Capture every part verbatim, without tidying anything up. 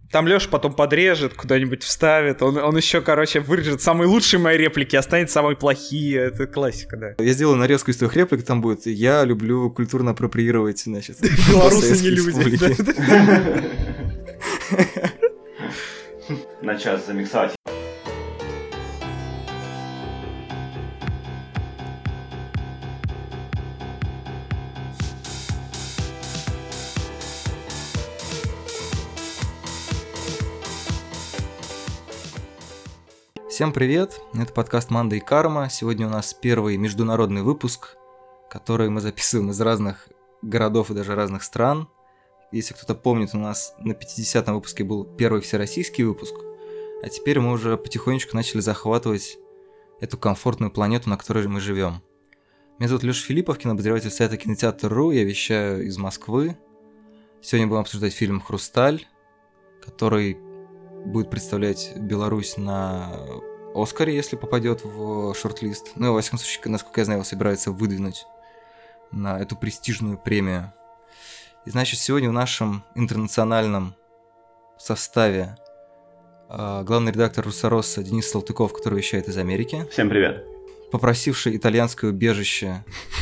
Там Лёша потом подрежет, куда-нибудь вставит. Он, он еще, короче, вырежет самые лучшие мои реплики, останет самые плохие. Это классика, да. Я сделаю нарезку из твоих реплик, там будет «Я люблю культурно апроприировать, значит, белорусы не люди». На час замиксовать. Всем привет, это подкаст «Манда и Карма». Сегодня у нас первый международный выпуск, который мы записываем из разных городов и даже разных стран. Если кто-то помнит, у нас на пятидесятом выпуске был первый всероссийский выпуск, а теперь мы уже потихонечку начали захватывать эту комфортную планету, на которой мы живем. Меня зовут Лёша Филиппов, кинообозреватель сайта кинотеатр точка ру, я вещаю из Москвы. Сегодня будем обсуждать фильм «Хрусталь», который будет представлять Беларусь на Оскаре, если попадет в шорт-лист. Ну, во всяком случае, насколько я знаю, его собираются выдвинуть на эту престижную премию. И, значит, сегодня в нашем интернациональном составе э, главный редактор «Руссо-Росса» Денис Салтыков, который вещает из Америки. Всем привет. Попросивший итальянское убежище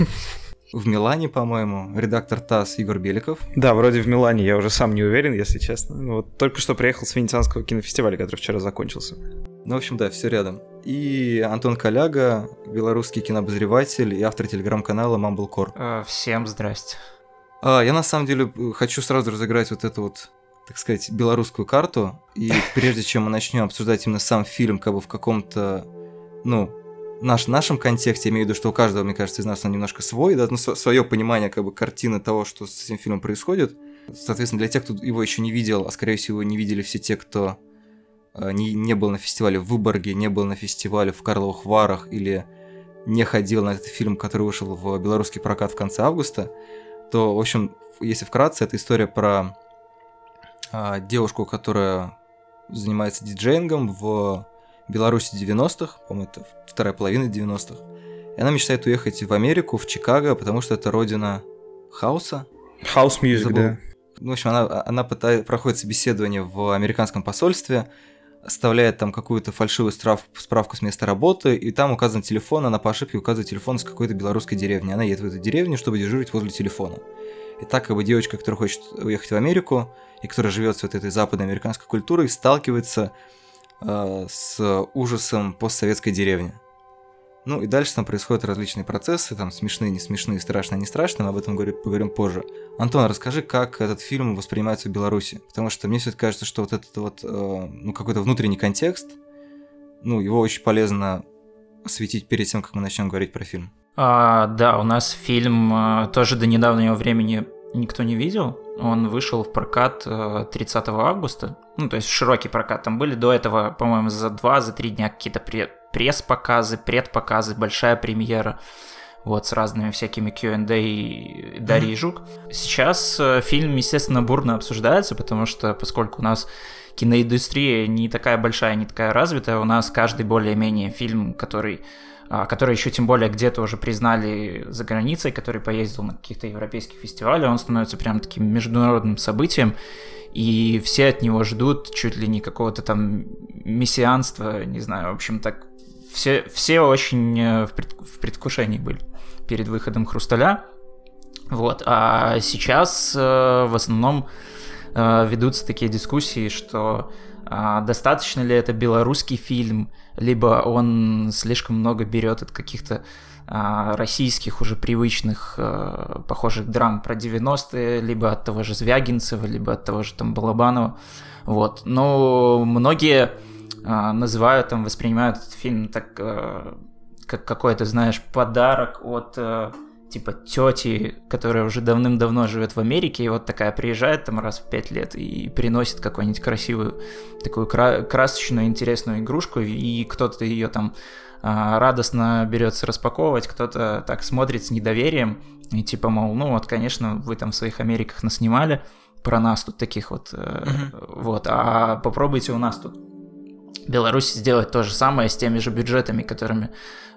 в Милане, по-моему, редактор ТАСС Егор Беликов. Да, вроде в Милане, я уже сам не уверен, если честно. Вот только что приехал с Венецианского кинофестиваля, который вчера закончился. Ну, в общем, да, все рядом. И Антон Коляга, белорусский кинообозреватель и автор телеграм-канала Mumblecore. Всем здрасте. А, я на самом деле хочу сразу разыграть вот эту вот, так сказать, белорусскую карту. И прежде чем мы начнем обсуждать именно сам фильм, как бы в каком-то, ну, наш, нашем контексте, я имею в виду, что у каждого, мне кажется, из нас он немножко свой, да, ну, свое понимание как бы картины того, что с этим фильмом происходит. Соответственно, для тех, кто его еще не видел, а скорее всего не видели все те, кто э, не, не был на фестивале в Выборге, не был на фестивале в Карловых Варах или не ходил на этот фильм, который вышел в белорусский прокат в конце августа, то, в общем, если вкратце, это история про э, девушку, которая занимается диджеингом в Беларуси девяностых, по-моему, это вторая половина девяностых. И она мечтает уехать в Америку, в Чикаго, потому что это родина хауса. House music, да. Ну, в общем, она, она пытает, проходит собеседование в американском посольстве, оставляет там какую-то фальшивую справку, справку с места работы, и там указан телефон, она по ошибке указывает телефон с какой-то белорусской деревни. Она едет в эту деревню, чтобы дежурить возле телефона. И так как бы девочка, которая хочет уехать в Америку, и которая живет с вот этой западной американской культурой, сталкивается с ужасом постсоветской деревни. Ну и дальше там происходят различные процессы, там смешные, не смешные, страшные, не страшные, мы об этом поговорим позже. Антон, расскажи, как этот фильм воспринимается в Беларуси, потому что мне все-таки кажется, что вот этот вот, ну, какой-то внутренний контекст, ну, его очень полезно осветить перед тем, как мы начнем говорить про фильм. А, да, у нас фильм а, тоже до недавнего времени никто не видел. Он вышел в прокат тридцатого августа. Ну, то есть широкий прокат. Там были до этого, по-моему, за два, за три дня какие-то пресс-показы, предпоказы, большая премьера. Вот, с разными всякими кью энд эй и Дарьей mm-hmm. Жук. Сейчас фильм, естественно, бурно обсуждается, потому что, поскольку у нас киноиндустрия не такая большая, не такая развитая, у нас каждый более-менее фильм, который... который еще тем более где-то уже признали за границей, который поездил на каких-то европейских фестивалях, он становится прям таким международным событием, и все от него ждут чуть ли не какого-то там мессианства, не знаю, в общем так, все, все очень в, пред, в предвкушении были перед выходом «Хрусталя». Вот, а сейчас в основном ведутся такие дискуссии, что А, достаточно ли это белорусский фильм, либо он слишком много берет от каких-то а, российских уже привычных а, похожих драм про девяностые, либо от того же Звягинцева, либо от того же там Балабанова. Вот. Но многие а, называют, там, воспринимают этот фильм так, а, как какой-то, знаешь, подарок от... А, типа тети, которая уже давным-давно живет в Америке, и вот такая приезжает там раз в пять лет и приносит какую-нибудь красивую, такую кра- красочную, интересную игрушку, и кто-то ее там а, радостно берется распаковывать, кто-то так смотрит с недоверием, и типа, мол, ну вот, конечно, вы там в своих Америках наснимали про нас тут таких вот, mm-hmm. вот, а попробуйте у нас тут в Беларуси сделать то же самое с теми же бюджетами, которыми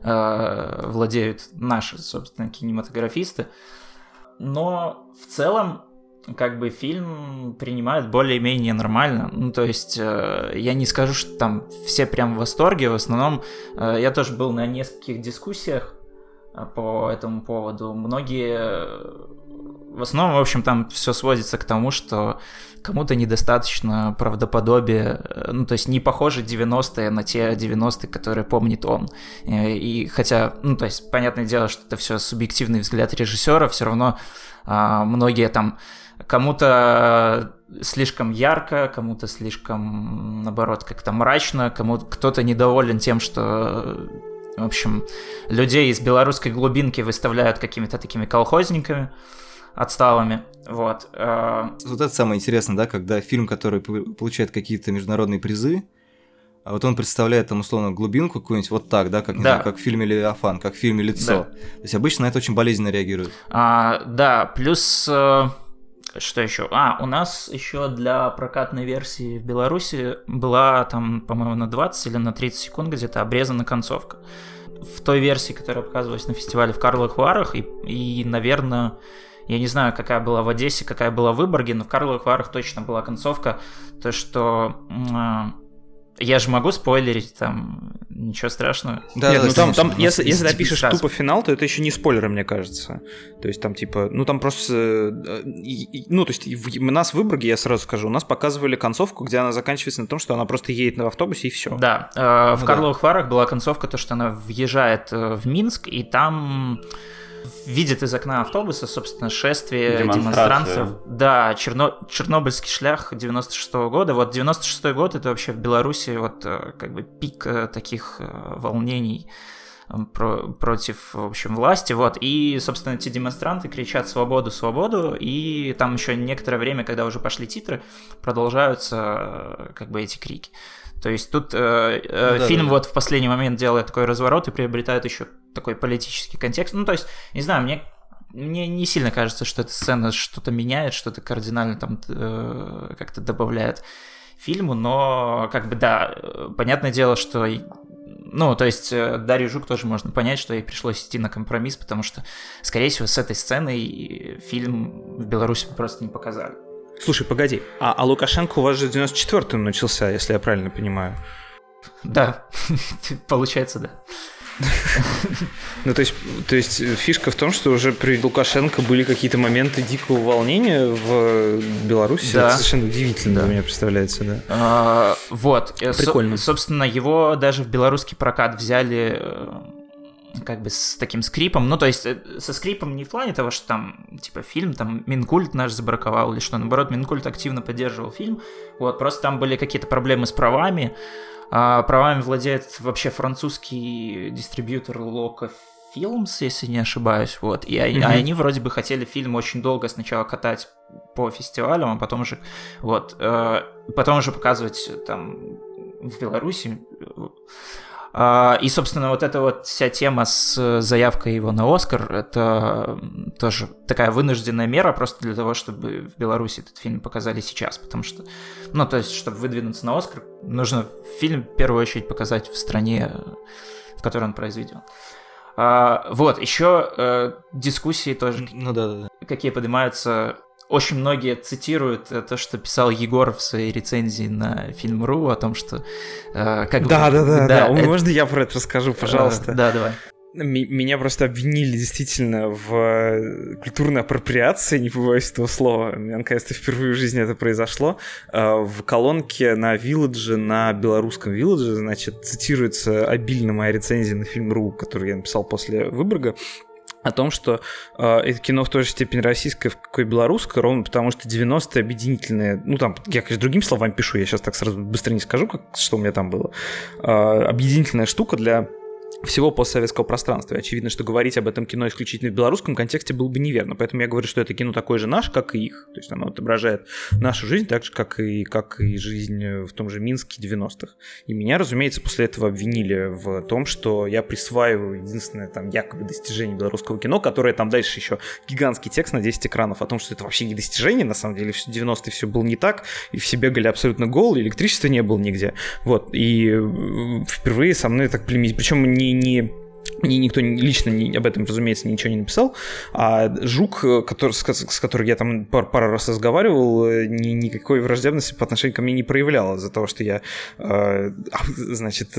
э, владеют наши, собственно, кинематографисты. Но в целом как бы фильм принимают более-менее нормально. Ну, то есть, э, я не скажу, что там все прям в восторге. В основном, э, я тоже был на нескольких дискуссиях э, по этому поводу. Многие... э, в основном, в общем, там все сводится к тому, что кому-то недостаточно правдоподобия, э, ну, то есть не похожи девяностые на те девяностые, которые помнит он. Э, и хотя, ну, то есть, понятное дело, что это все субъективный взгляд режиссера, все равно э, многие там... Кому-то слишком ярко, кому-то слишком, наоборот, как-то мрачно, кому-то кто-то недоволен тем, что, в общем, людей из белорусской глубинки выставляют какими-то такими колхозниками отсталыми, вот. Вот это самое интересное, да, когда фильм, который получает какие-то международные призы, а вот он представляет там условно глубинку какую-нибудь вот так, да, как, не да. знаю, как в фильме «Левиафан», как в фильме «Лицо». Да. То есть обычно на это очень болезненно реагируют. А, да, плюс... Что еще? А, у нас еще для прокатной версии в Беларуси была там, по-моему, на двадцать или на тридцать секунд где-то обрезана концовка. В той версии, которая показывалась на фестивале в Карловых Варах, и, и, наверное, я не знаю, какая была в Одессе, какая была в Выборге, но в Карловых Варах точно была концовка, то, что... Я же могу спойлерить, там, ничего страшного. Да, Нет, да, ну там, там если, если ты пишешь тупо финал, то это еще не спойлеры, мне кажется. То есть там типа, ну там просто, ну то есть в, нас в Выборге, я сразу скажу, у нас показывали концовку, где она заканчивается на том, что она просто едет на автобусе и все. Да, э, в ну, Карловых да. Варах была концовка, то, что она въезжает в Минск, и там... видит из окна автобуса, собственно, шествие демонстрантов. Да, черно... Чернобыльский шлях девяносто шестого года. Вот девяносто шестой год — это вообще в Беларуси вот как бы пик таких волнений про... против, в общем, власти. Вот. И, собственно, эти демонстранты кричат «свободу, свободу», и там еще некоторое время, когда уже пошли титры, продолжаются как бы эти крики. То есть тут э, э, ну, да, фильм да, вот да. в последний момент делает такой разворот и приобретает еще такой политический контекст. Ну, то есть, не знаю, мне, мне не сильно кажется, что эта сцена что-то меняет, что-то кардинально там э, как-то добавляет фильму, но как бы да, понятное дело, что... Ну, то есть Дарью Жук тоже можно понять, что ей пришлось идти на компромисс, потому что, скорее всего, с этой сценой фильм в Беларуси просто не показали. Слушай, погоди, а, а Лукашенко у вас же в девяносто четвёртом начался, если я правильно понимаю? Да, получается, да. Ну, то есть, то есть фишка в том, что уже при Лукашенко были какие-то моменты дикого волнения в Беларуси. Да. Это совершенно удивительно да. для меня представляется, да. А, вот. Прикольно. Со- собственно, его даже в белорусский прокат взяли как бы с таким скрипом. Ну, то есть со скрипом не в плане того, что там, типа, фильм, там, Минкульт наш забраковал или что. Наоборот, Минкульт активно поддерживал фильм. Вот, просто там были какие-то проблемы с правами. А правами владеет вообще французский дистрибьютор Loco Films, если не ошибаюсь, вот, и mm-hmm. они вроде бы хотели фильм очень долго сначала катать по фестивалям, а потом уже, вот, э, потом уже показывать там в Беларуси. И, собственно, вот эта вот вся тема с заявкой его на Оскар, это тоже такая вынужденная мера просто для того, чтобы в Беларуси этот фильм показали сейчас, потому что, ну, то есть, чтобы выдвинуться на Оскар, нужно фильм в первую очередь показать в стране, в которой он произведен. Вот, еще дискуссии тоже, ну, да, да, да. какие поднимаются... Очень многие цитируют то, что писал Егор в своей рецензии на фильм точка ру о том, что... Э, как да, бы, да, да, да, да. Это... Можно я про это расскажу, пожалуйста? Э, да, давай. Меня просто обвинили действительно в культурной апроприации, не побоюсь этого слова. У меня, наконец-то, впервые в жизни это произошло. В колонке на Вилладже, на белорусском Вилладже, значит, цитируется обильно моя рецензия на фильм точка ру, которую я написал после Выборга, о том, что э, это кино в той же степени российское, в какой белорусское, ровно потому что девяностые объединительные, ну там, я, конечно, другим словами пишу, я сейчас так сразу быстро не скажу, как, что у меня там было, э, объединительная штука для всего постсоветского пространства. И очевидно, что говорить об этом кино исключительно в белорусском контексте было бы неверно. Поэтому я говорю, что это кино такое же наше, как и их. То есть оно отображает нашу жизнь так же, как и, как и жизнь в том же Минске девяностых. И меня, разумеется, после этого обвинили в том, что я присваиваю единственное там якобы достижение белорусского кино, которое там дальше еще гигантский текст на десять экранов о том, что это вообще не достижение, на самом деле в девяностые все было не так, и все бегали абсолютно голые, электричества не было нигде. Вот. И впервые со мной так племя... Причем не не Мне никто лично не, об этом, разумеется, ничего не написал, а Жук, который, с, с которым я там пар, пару раз разговаривал, ни, никакой враждебности по отношению ко мне не проявлял из-за того, что я, э, значит,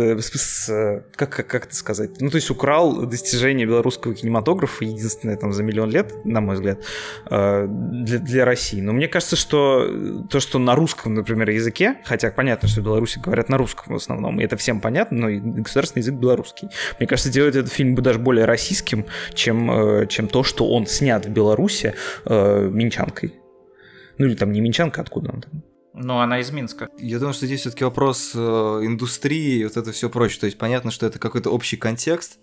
с, как, как, как это сказать, ну, то есть украл достижения белорусского кинематографа, единственное там за миллион лет, на мой взгляд, э, для, для России. Но мне кажется, что то, что на русском, например, языке, хотя понятно, что в Беларуси говорят на русском в основном, и это всем понятно, но и государственный язык белорусский. Мне кажется, делает это фильм бы даже более российским, чем, чем то, что он снят в Беларуси э, минчанкой. Ну или там не минчанка, откуда он там? Ну, она из Минска. Я думаю, что здесь все-таки вопрос э, индустрии и вот это все прочее. То есть понятно, что это какой-то общий контекст.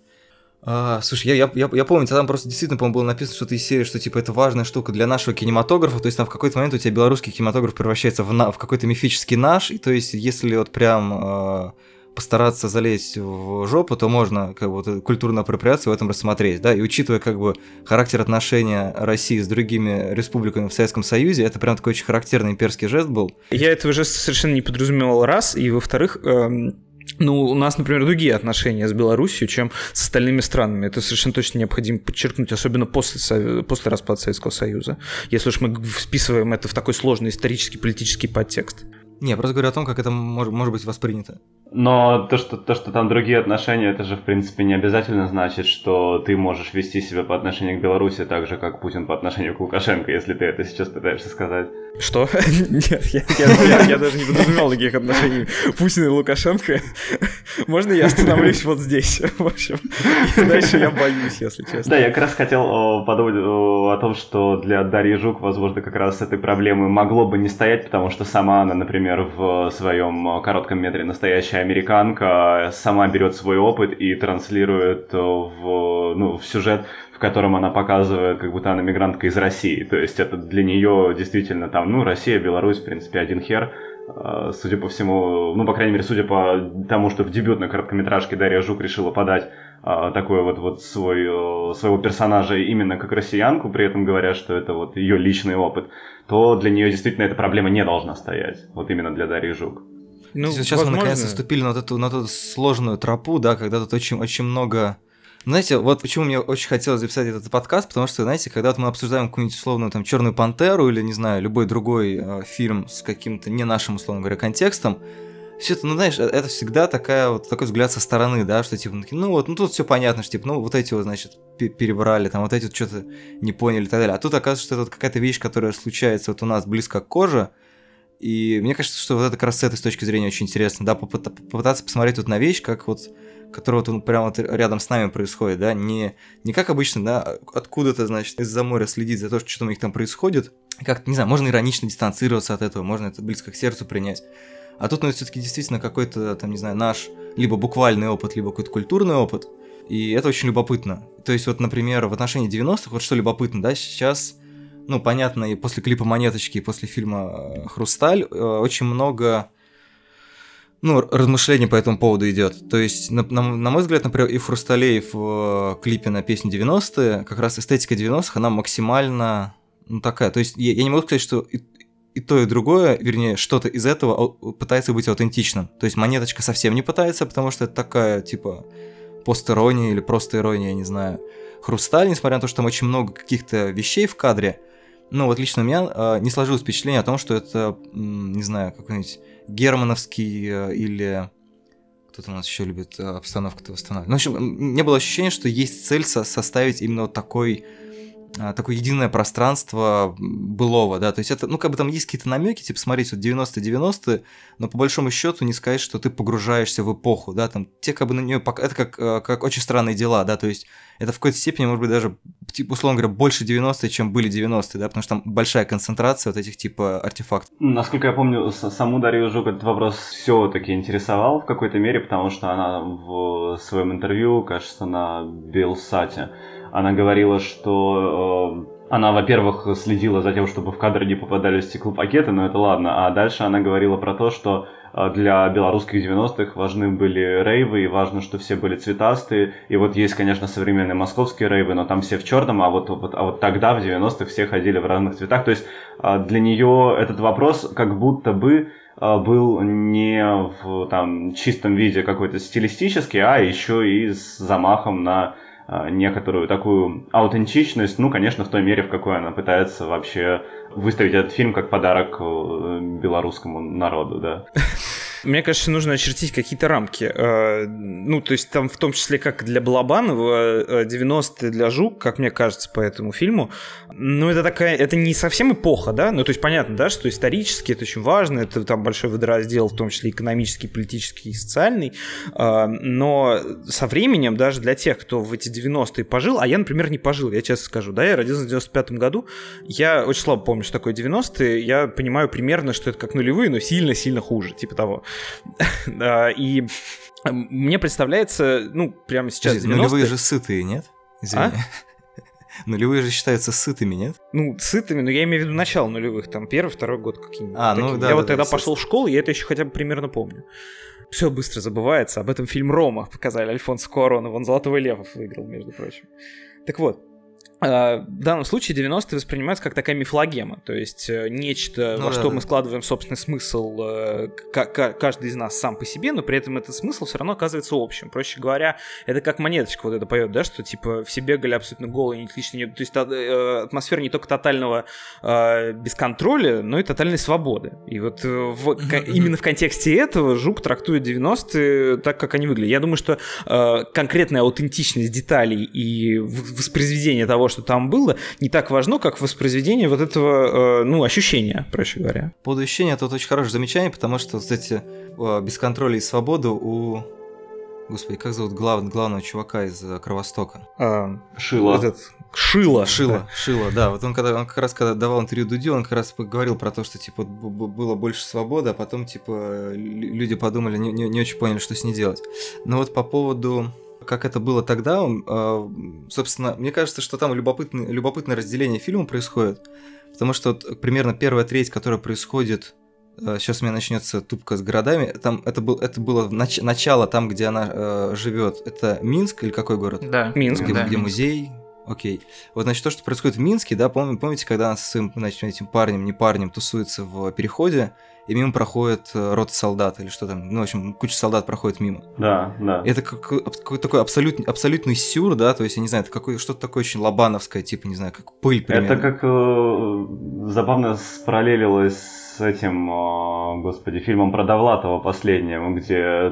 А, слушай, я, я, я, я помню, там просто действительно, по-моему, было написано что-то из серии, что типа это важная штука для нашего кинематографа. То есть там в какой-то момент у тебя белорусский кинематограф превращается в, на, в какой-то мифический наш. И то есть если вот прям... Э, постараться залезть в жопу, то можно как бы вот, культурную апроприацию в этом рассмотреть, да, и учитывая как бы характер отношения России с другими республиками в Советском Союзе, это прям такой очень характерный имперский жест был. Я этого жеста совершенно не подразумевал, раз, и во-вторых, эм... ну, у нас, например, другие отношения с Беларусью, чем с остальными странами. Это совершенно точно необходимо подчеркнуть, особенно после, после распада Советского Союза, если уж мы вписываем это в такой сложный исторический, политический подтекст. Не, я просто говорю о том, как это может, может быть воспринято. Но то что, то, что там другие отношения, это же, в принципе, не обязательно значит, что ты можешь вести себя по отношению к Беларуси так же, как Путин по отношению к Лукашенко, если ты это сейчас пытаешься сказать. Что? Нет, я, я, я, я даже не подразумевал таких отношений Путина и Лукашенко. Можно я остановлюсь вот здесь? В общем, и дальше я боюсь, если честно. Да, я как раз хотел о, подумать о, о том, что для Дарьи Жук, возможно, как раз этой проблемы могло бы не стоять, потому что сама она, например, в своем коротком метре «Настоящая американка» сама берет свой опыт и транслирует в, ну, в сюжет, в котором она показывает, как будто она мигрантка из России. То есть это для нее действительно там, ну, Россия, Беларусь, в принципе, один хер. Судя по всему, ну, по крайней мере, судя по тому, что в дебютной короткометражке Дарья Жук решила подать такой вот, вот свой, своего персонажа именно как россиянку, при этом говоря, что это вот ее личный опыт, то для нее действительно эта проблема не должна стоять. Вот именно для Дарьи Жук. Ну, сейчас возможно... мы наконец-то вступили на вот эту, на эту сложную тропу, да, когда тут очень, очень много... Знаете, вот почему мне очень хотелось записать этот подкаст, потому что, знаете, когда вот мы обсуждаем какую-нибудь условную там «Черную пантеру» или, не знаю, любой другой э, фильм с каким-то не нашим, условно говоря, контекстом, все это, ну, знаешь, это всегда такая вот такой взгляд со стороны, да, что типа, ну вот, ну тут все понятно, что типа, ну вот эти вот, значит, перебрали, там вот эти вот что-то не поняли и так далее. А тут оказывается, что это вот какая-то вещь, которая случается вот у нас близко к коже, и мне кажется, что вот это как раз с этой точки зрения очень интересно, да, попытаться посмотреть вот на вещь, как вот, которая вот прямо вот рядом с нами происходит, да, не, не как обычно, да, откуда-то, значит, из-за моря следить за то, что у них там происходит, как-то, не знаю, можно иронично дистанцироваться от этого, можно это близко к сердцу принять. А тут, ну, все-таки действительно какой-то, там, не знаю, наш либо буквальный опыт, либо какой-то культурный опыт, и это очень любопытно. То есть, вот, например, в отношении девяностых, вот что любопытно, да, сейчас... Ну, понятно, и после клипа «Монеточки», и после фильма «Хрусталь» очень много, ну, размышлений по этому поводу идет. То есть, на, на, на мой взгляд, например, и в «Хрустале», и в клипе на песню девяностые, как раз эстетика девяностых, она максимально, ну, такая. То есть, я, я не могу сказать, что и, и то, и другое, вернее, что-то из этого пытается быть аутентичным. То есть, «Монеточка» совсем не пытается, потому что это такая, типа, пост-ирония или просто ирония, я не знаю. «Хрусталь», несмотря на то, что там очень много каких-то вещей в кадре, ну, вот лично у меня э, не сложилось впечатление о том, что это, м, не знаю, какой-нибудь германовский э, или... Кто-то у нас еще любит э, обстановку-то восстанавливать. Ну, в общем, не было ощущения, что есть цель со- составить именно вот такой, э, такое единое пространство былого, да, то есть это, ну, как бы там есть какие-то намеки, типа, смотрите, вот девяностые-девяностые, но по большому счету не сказать, что ты погружаешься в эпоху, да, там, те как бы на нее, это как, э, как очень странные дела, да, то есть это в какой-то степени, может быть, даже, типа, условно говоря, больше девяностые, чем были девяностые, да, потому что там большая концентрация вот этих, типа, артефактов. Насколько я помню, саму Дарью Жук этот вопрос все-таки интересовал в какой-то мере, потому что она в своем интервью, кажется, на Белсате, она говорила, что э, она, во-первых, следила за тем, чтобы в кадр не попадали стеклопакеты, но это ладно, а дальше она говорила про то, что для белорусских девяностых важны были рейвы, и важно, что все были цветастые. И вот есть, конечно, современные московские рейвы, но там все в черном, а вот, вот, а вот тогда, в девяностых, все ходили в разных цветах. То есть для нее этот вопрос как будто бы был не в там, чистом виде какой-то стилистический, а еще и с замахом на некоторую такую аутентичность, ну, конечно, в той мере, в какой она пытается вообще выставить этот фильм как подарок белорусскому народу, да. Мне кажется, нужно очертить какие-то рамки. Ну, то есть там в том числе, как для Балабанова, девяностые для Жук, как мне кажется, по этому фильму. Ну, это такая, это не совсем эпоха, да? Ну, то есть понятно, да, что исторически это очень важно, это там большой водораздел, в том числе экономический, политический и социальный. Но со временем, даже для тех, кто в эти девяностые пожил, а я, например, не пожил, я честно скажу, да, я родился в девяносто пятом году, я очень слабо помню, что такое девяностые, я понимаю примерно, что это как нулевые, но сильно-сильно хуже, типа того. И мне представляется, ну, прямо сейчас девяностые... Нулевые же сытые, нет? Извини. А? Нулевые же считаются сытыми, нет? Ну, сытыми, но я имею в виду начало нулевых, там, первый, второй год какие-нибудь. А, ну такие. да. Я да, вот да, тогда пошел в школу, я это еще хотя бы примерно помню. Все быстро забывается, об этом фильм «Рома» показали, Альфонсо Куароно, вон «Золотого лева» выиграл, между прочим. Так вот. В данном случае девяностые воспринимаются как такая мифологема, то есть нечто, ну, во да, что да. мы складываем собственный смысл, каждый из нас сам по себе, но при этом этот смысл все равно оказывается общим. Проще говоря, это как Монеточка вот это поет, да, что типа все бегали абсолютно голые, никто лишний не... То есть атмосфера не только тотального бесконтроля, но и тотальной свободы. И вот в, именно в контексте этого Жук трактует девяностые так, как они выглядят. Я думаю, что конкретная аутентичность деталей и воспроизведение того, что там было, не так важно, как воспроизведение вот этого, э, ну, ощущения, проще говоря. По поводу ощущения, это вот очень хорошее замечание, потому что вот эти э, без контроля и свободу у... Господи, как зовут глав... главного чувака из Кровостока? А, Шило. Этот... Шило. Шило, да. Шило, да. Вот он, когда, он как раз, когда давал интервью Дудю, он как раз говорил про то, что, типа, было больше свободы, а потом, типа, люди подумали, не, не, не очень поняли, что с ней делать. Но вот по поводу... как это было тогда, собственно, мне кажется, что там любопытное, любопытное разделение фильма происходит, потому что вот примерно первая треть, которая происходит, сейчас у меня начнется тупка с городами, там это, был, это было нач- начало там, где она э, живет, это Минск или какой город? Да, Минск, где, да. где музей. Окей. Вот, значит, то, что происходит в Минске, да, помните, помните, когда она со своим, значит, этим парнем, не парнем, тусуется в переходе, и мимо проходит рота солдат, или что там, ну, в общем, куча солдат проходит мимо. Да, да. Это какой-то такой абсолютный, абсолютный сюр, да, то есть, я не знаю, это какое, что-то такое очень лобановское, типа, не знаю, как пыль, примерно. Это как э, забавно спараллелилось с этим, э, господи, фильмом про Довлатова последним, где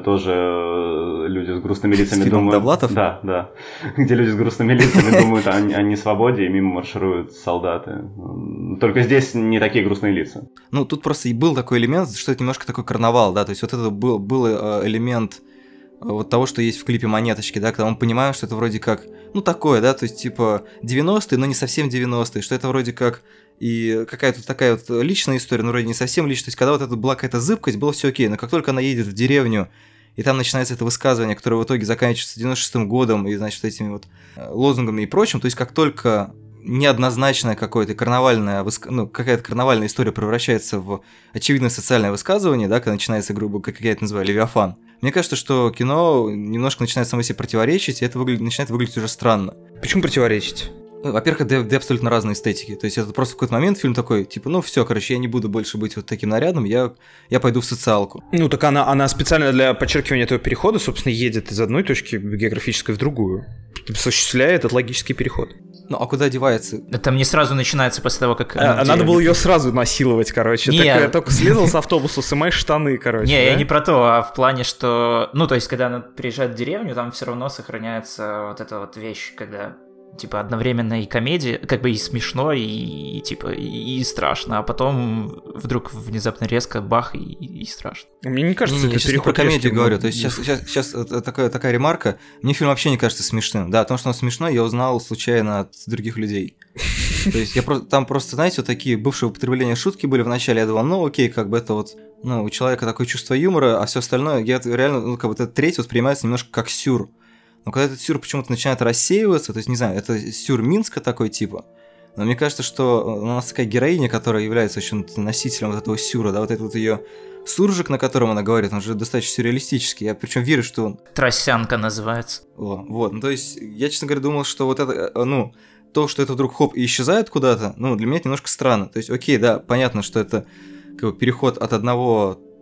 тоже люди с грустными лицами с думают... Довлатов? Да, да. Где люди с грустными лицами думают о, о несвободе, и мимо маршируют солдаты. Только здесь не такие грустные лица. Ну, тут просто и был такой элемент, что это немножко такой карнавал, да, то есть вот это был, был элемент вот того, что есть в клипе «Монеточки», да, когда мы понимаем, что это вроде как, ну, такое, да, то есть типа девяностые, но не совсем девяностые, что это вроде как и какая-то такая вот личная история, но вроде не совсем личная, то есть когда вот это была какая-то зыбкость, было все окей, но как только она едет в деревню, и там начинается это высказывание, которое в итоге заканчивается девяносто шестым годом, и, значит, этими вот лозунгами и прочим, то есть как только неоднозначное какое-то карнавальное, ну, какая-то карнавальная история превращается в очевидное социальное высказывание, да, когда начинается, грубо, как я это называю, левиафан. Мне кажется, что кино немножко начинает само себе противоречить, и это выглядит, начинает выглядеть уже странно. Почему противоречить? Во-первых, это две абсолютно разные эстетики. То есть это просто в какой-то момент фильм такой, типа, ну все, короче, я не буду больше быть вот таким нарядным, я, я пойду в социалку. Ну так она, она специально для подчеркивания этого перехода, собственно, едет из одной точки географической в другую, осуществляет этот логический переход. Ну, а куда девается? Это мне сразу начинается после того, как... А, надо было ее сразу насиловать, короче. Не. Так, я только слезал с автобуса, сымай штаны, короче. Не, да? я не про то, а в плане, что... Ну, то есть, когда она приезжает в деревню, там все равно сохраняется вот эта вот вещь, когда... Типа одновременно и комедия, как бы и смешно, и, и типа и, и страшно, а потом вдруг внезапно резко бах и, и страшно. Мне не кажется, не, это я сейчас про комедию резким, говорю. но... То есть сейчас, сейчас, сейчас такая, такая ремарка. Мне фильм вообще не кажется смешным. Да, потому что он смешной, я узнал случайно от других людей. То есть я просто там просто, знаете, вот такие бывшие употребления шутки были в начале. Я думал, ну окей, как бы это вот, ну, у человека такое чувство юмора, а все остальное, я реально, ну, как бы этот третий воспринимается немножко как сюр. Но когда этот сюр почему-то начинает рассеиваться, то есть, не знаю, это сюр Минска такой типа, но мне кажется, что у нас такая героиня, которая является очень носителем вот этого сюра, да, вот этот вот ее суржик, на котором она говорит, он же достаточно сюрреалистический, я причем верю, что он... Тросянка называется. О, вот, ну то есть, я, честно говоря, думал, что вот это, ну, то, что это вдруг хоп и исчезает куда-то, ну, для меня это немножко странно, то есть, окей, да, понятно, что это как бы переход от одного...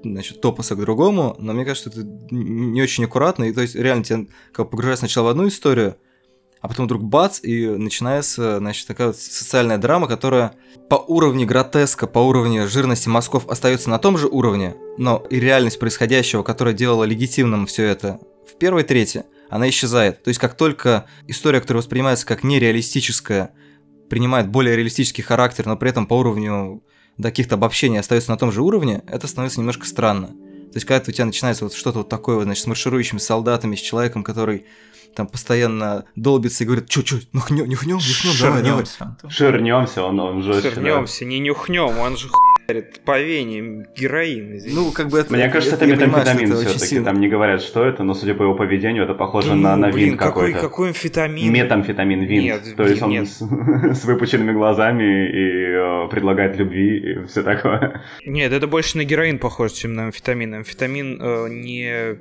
значит, топоса к другому, но мне кажется, это не очень аккуратно, и то есть реально тебя как погружает сначала в одну историю, а потом вдруг бац, и начинается, значит, такая вот социальная драма, которая по уровню гротеска, по уровню жирности мозгов остается на том же уровне, но и реальность происходящего, которая делала легитимным все это в первой трети, она исчезает. То есть как только история, которая воспринимается как нереалистическая, принимает более реалистический характер, но при этом по уровню до каких-то обобщений остается на том же уровне, это становится немножко странно. То есть когда у тебя начинается вот что-то вот такое, значит, с марширующими солдатами, с человеком, который там постоянно долбится и говорит, чё-чё, нюхнём, нюхнём, нюхнём, давай, давай. Ширнёмся, он, он же... Ширнёмся, не нюхнём, он же хуярит по вене героин. Извините. Ну, как бы это... Мне кажется, это, это метамфетамин всё-таки, там не говорят, что это, но судя по его поведению, это похоже да, на, на блин, винт какой-то. Какой, какой амфетамин? Метамфетамин, винт. Нет, То есть он нет. С, с выпученными глазами и э, предлагает любви и все такое. Нет, это больше на героин похоже, чем на амфетамин. Амфетамин э, не...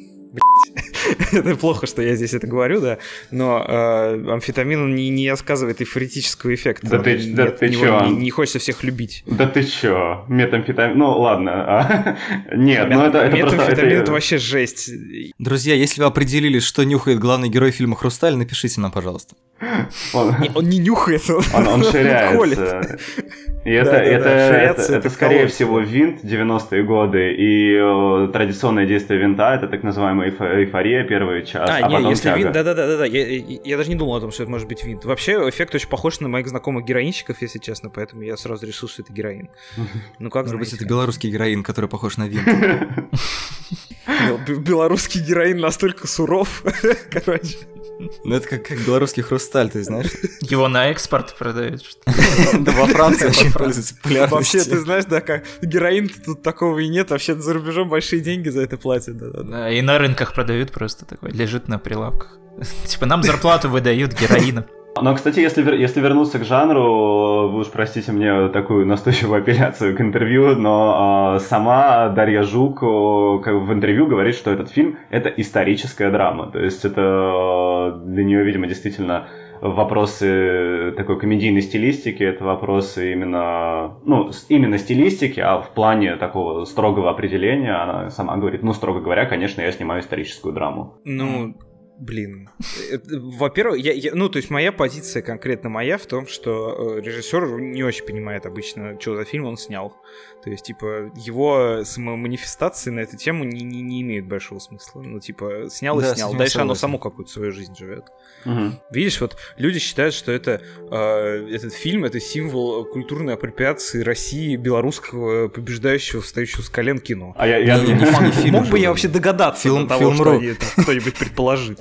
Блять, это плохо, что я здесь это говорю, да, но э, амфетамин он не, не оказывает эйфоритического эффекта. Да ты, Нет, да ты не, чё? Не, не хочется всех любить. Да ты чё? Метамфетамин... Ну, ладно. А, нет, ну это, это просто... Метамфетамин это... это вообще жесть. Друзья, если вы определили, что нюхает главный герой фильма «Хрусталь», напишите нам, пожалуйста. Он, не, он не нюхает, он, он, он ширяется. колет. И это, да, да, это, да. это, это, это скорее колоть. всего винт девяностые годы, и э, традиционное действие винта — это так называемая эйфо- эйфория первый час, А, а не, потом если тяга. винт, да-да-да, я, я, я даже не думал о том, что это может быть винт. Вообще эффект очень похож на моих знакомых героинщиков, если честно, поэтому я сразу решил, что это героин. Ну как Может быть, знаете. это белорусский героин, который похож на винт. Белорусский героин настолько суров, короче. Ну это как, как белорусский хрусталь, ты знаешь? Его на экспорт продают. Да во Франции очень пользуется популярностью. Вообще, ты знаешь, да, как героин-то тут такого и нет, вообще за рубежом большие деньги за это платят. Да, и на рынках продают просто такой, лежит на прилавках. Типа нам зарплату выдают героином. Но, кстати, если, если вернуться к жанру, вы уж простите мне такую настойчивую апелляцию к интервью, но э, сама Дарья Жук как в интервью говорит, что этот фильм — это историческая драма. То есть это э, для нее, видимо, действительно вопросы такой комедийной стилистики, это вопросы именно, ну, именно стилистики, а в плане такого строгого определения она сама говорит, ну, строго говоря, конечно, я снимаю историческую драму. Ну... Блин, во-первых, я, я, ну, то есть моя позиция, конкретно моя, в том, что э, режиссер не очень понимает обычно, что за фильм он снял. То есть, типа, его самоманифестации на эту тему не, не, не имеют большого смысла. Ну, типа, снял и да, снял, дальше оно само какую-то свою жизнь живет. Угу. Видишь, вот люди считают, что это, э, этот фильм — это символ культурной апроприации России, белорусского, побеждающего, встающего с колен кино. А я, я... Не, не, не, не фильм Мог уже, бы я да. вообще догадаться Фильм- до того, фильм что Ру. это кто-нибудь предположит.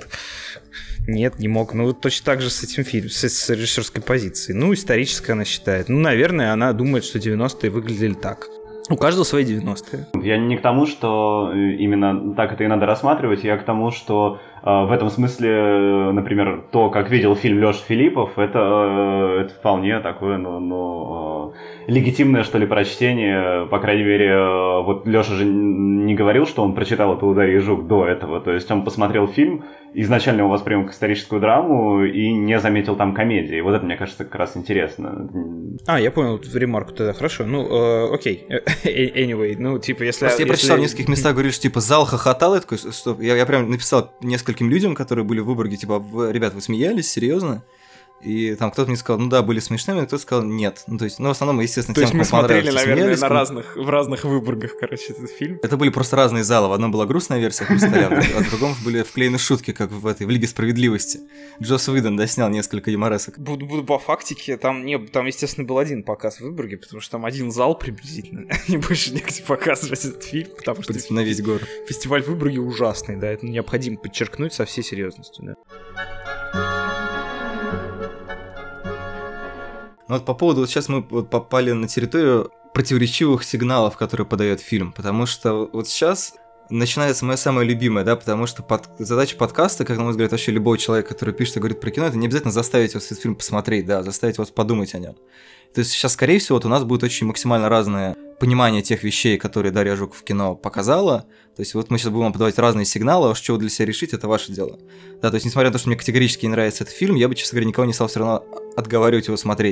Нет, не мог. Ну, точно так же с этим фильмом, с, с режиссерской позицией. Ну, историческая она считает. Ну, наверное, она думает, что девяностые выглядели так. У каждого свои девяностые. Я не к тому, что именно так это и надо рассматривать, я к тому, что э, в этом смысле, например, то, как видел фильм Лёша Филиппов, это, э, это вполне такое, ну, ну э, легитимное, что ли, прочтение. По крайней мере, э, вот Лёша же не говорил, что он прочитал это у Дарьи Жук до этого. То есть он посмотрел фильм, изначально его воспринял как историческую драму и не заметил там комедии. Вот это, мне кажется, как раз интересно. А, я понял ремарку тогда, хорошо. Ну, э, окей. Anyway, ну, типа, если... Просто я если... прочитал в нескольких местах, говоришь, типа, зал хохотал, я такой, стоп, я, я прям написал нескольким людям, которые были в Выборге, типа, вы, ребят, вы смеялись, серьезно? И там кто-то мне сказал, ну да, были смешными, а кто-то сказал, нет. Ну, то есть, ну, в основном, естественно, То тем, есть мы кому смотрели, понравилось, наверное, смеялись, на кому- разных, в разных Выборгах, короче, этот фильм. Это были просто разные залы. В одном была грустная версия «Хрусталя», а в другом были вклеены шутки, как в этой, в «Лиге справедливости». Джосс Уидон доснял несколько юморесок. Буду, буду по фактике, там, не, там, естественно, был один показ в Выборге, потому что там один зал приблизительно, и больше негде показывать этот фильм, потому В что принципе, на весь город. фестиваль в Выборге ужасный, да, это необходимо подчеркнуть со всей серьезностью, да. Ну вот по поводу, вот сейчас мы вот попали на территорию противоречивых сигналов, которые подает фильм, потому что вот сейчас начинается моя самая любимая, да, потому что под... задача подкаста, как на мой взгляд, вообще любого человека, который пишет и говорит про кино, это не обязательно заставить вас этот фильм посмотреть, да, заставить вас подумать о нем. То есть сейчас, скорее всего, вот у нас будет очень максимально разное понимание тех вещей, которые Дарья Жук в кино показала. То есть вот мы сейчас будем вам подавать разные сигналы, а что вы для себя решить, это ваше дело. Да, то есть несмотря на то, что мне категорически не нравится этот фильм, я бы, честно говоря, никого не стал все равно отговаривать его смотреть.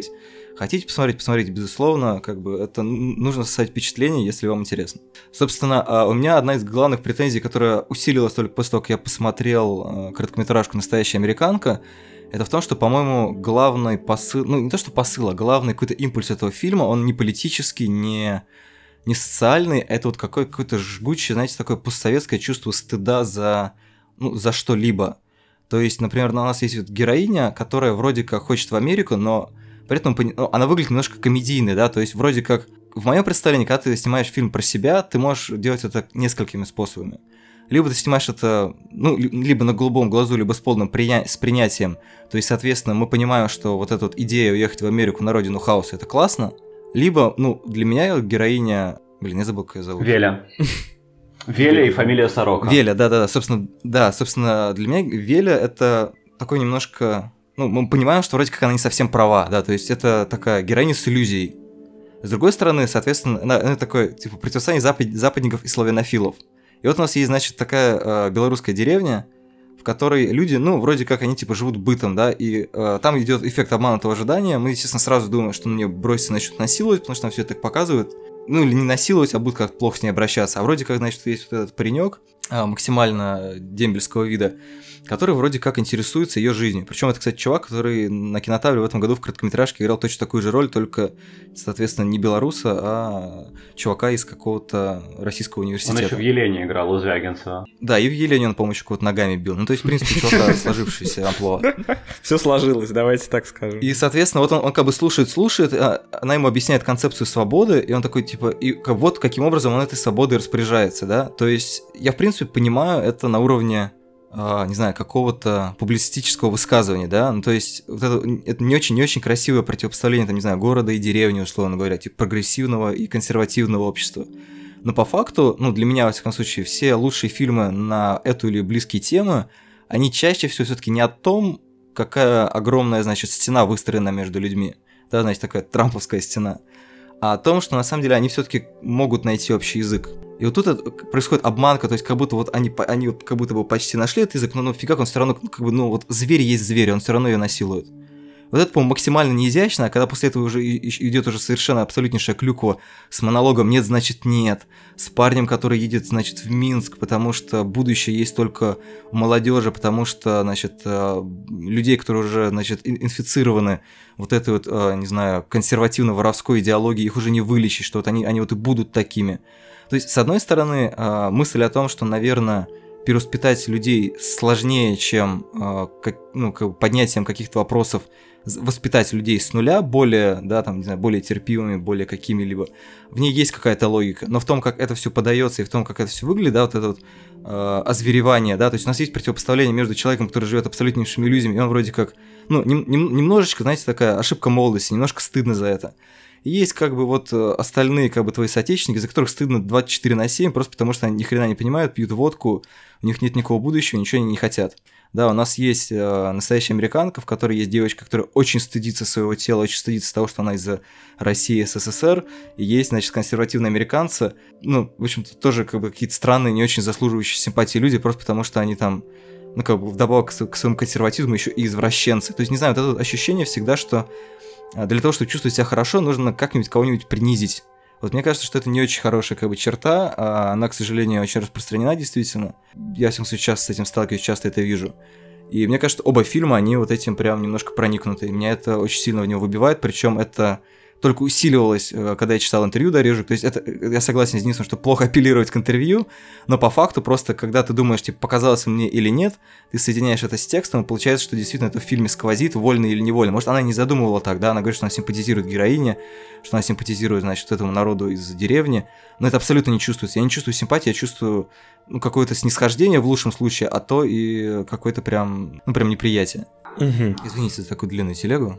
Хотите посмотреть, посмотрите, безусловно, как бы это нужно создать впечатление, если вам интересно. Собственно, у меня одна из главных претензий, которая усилилась только после того, как я посмотрел короткометражку «Настоящая американка», это в том, что, по-моему, главный посыл, ну не то что посыл, а главный какой-то импульс этого фильма, он не политический, не, не социальный, это вот какой- какое-то жгучее, знаете, такое постсоветское чувство стыда за, ну, за что-либо. То есть, например, у нас есть вот героиня, которая вроде как хочет в Америку, но при этом ну, она выглядит немножко комедийной, да, то есть вроде как, в моем представлении, когда ты снимаешь фильм про себя, ты можешь делать это несколькими способами. Либо ты снимаешь это, ну, либо на голубом глазу, либо с полным приня- с принятием, то есть, соответственно, мы понимаем, что вот эта вот идея уехать в Америку на родину хаоса, это классно, либо, ну, для меня героиня, блин, я забыл, как ее зовут. Веля. Веля и фамилия Сорока. Веля, да-да-да, собственно, да, собственно, для меня Веля это такой немножко, ну, мы понимаем, что вроде как она не совсем права, да, то есть это такая героиня с иллюзией. С другой стороны, соответственно, она, она такое, типа, противостояние запад, западников и славянофилов. И вот у нас есть, значит, такая э, белорусская деревня, в которой люди, ну, вроде как они, типа, живут бытом, да, и э, там идет эффект обманутого ожидания, мы, естественно, сразу думаем, что на нее бросится, начнут насиловать, потому что нам все это так показывают. Ну, или не насиловать, а будут как-то плохо с ней обращаться. А вроде как, значит, есть вот этот паренек максимально дембельского вида, который вроде как интересуется ее жизнью. Причем это, кстати, чувак, который на Кинотавре в этом году в короткометражке играл точно такую же роль, только, соответственно, не белоруса, а чувака из какого-то российского университета. Он еще в Елене играл у Звягинцева. Да, и в Елене он, по-моему, еще кого-то ногами бил. Ну, то есть, в принципе, чувака сложившаяся амплуа. Все сложилось, давайте так скажем. И, соответственно, вот он, он как бы слушает, слушает, а она ему объясняет концепцию свободы, и он такой, типа, и вот каким образом он этой свободой распоряжается, да. То есть, я, в принципе, понимаю это на уровне, э, не знаю, какого-то публицистического высказывания, да. Ну, то есть, вот это, это не очень, не очень красивое противопоставление, там, не знаю, города и деревни, условно говоря, типа прогрессивного и консервативного общества. Но по факту, ну, для меня, во всяком случае, все лучшие фильмы на эту или близкие темы, они чаще всего все-таки не о том, какая огромная, значит, стена выстроена между людьми, да, значит, такая трамповская стена, а о том, что на самом деле они все-таки могут найти общий язык. И вот тут это происходит обманка, то есть как будто вот они, они вот как будто бы почти нашли этот язык, но ну, фига, он все равно, как бы, ну вот зверь есть зверь, он все равно ее насилует. Вот это, по-моему, максимально неизящно, а когда после этого уже идет уже совершенно абсолютнейшая клюква с монологом «нет, значит нет», с парнем, который едет, значит, в Минск, потому что будущее есть только у молодежи, потому что, значит, людей, которые уже, значит, инфицированы вот этой вот, не знаю, консервативно-воровской идеологией, их уже не вылечить, что вот они, они вот и будут такими. То есть, с одной стороны, мысль о том, что, наверное, перевоспитать людей сложнее, чем как, ну, поднятием каких-то вопросов, воспитать людей с нуля более, да, там, не знаю, более терпимыми, более какими-либо. В ней есть какая-то логика, но в том, как это все подается и в том, как это все выглядит, да, вот это вот э, озверевание, да, то есть у нас есть противопоставление между человеком, который живет абсолютнейшими иллюзиями, и он вроде как, ну, нем, нем, немножечко, знаете, такая ошибка молодости, немножко стыдно за это. И есть как бы вот остальные как бы твои соотечественники, за которых стыдно двадцать четыре на семь, просто потому что они ни хрена не понимают, пьют водку, у них нет никакого будущего, ничего они не хотят. Да, у нас есть э, настоящая американка, в которой есть девочка, которая очень стыдится своего тела, очень стыдится того, что она из России, СССР, и есть, значит, консервативные американцы, ну, в общем-то, тоже как бы какие-то странные, не очень заслуживающие симпатии люди, просто потому что они там, ну, как бы вдобавок к, к своему консерватизму еще и извращенцы. То есть, не знаю, вот это ощущение всегда, что для того, чтобы чувствовать себя хорошо, нужно как-нибудь кого-нибудь принизить. Вот мне кажется, что это не очень хорошая как бы черта, а она, к сожалению, очень распространена действительно. Я, в всяком случае, часто с этим сталкиваюсь, часто это вижу. И мне кажется, оба фильма, они вот этим прям немножко проникнуты. И меня это очень сильно в него выбивает, причем это только усиливалось, когда я читал интервью Дарьи Жук. То есть это, я согласен с Денисом, что плохо апеллировать к интервью, но по факту просто, когда ты думаешь, типа, показалось мне или нет, ты соединяешь это с текстом, и получается, что действительно это в фильме сквозит, вольно или невольно. Может, она не задумывала так, да, она говорит, что она симпатизирует героине, что она симпатизирует, значит, этому народу из деревни, но это абсолютно не чувствуется. Я не чувствую симпатии, я чувствую, ну, какое-то снисхождение в лучшем случае, а то и какое-то прям, ну, прям неприятие. Угу. Извините за такую длинную телегу.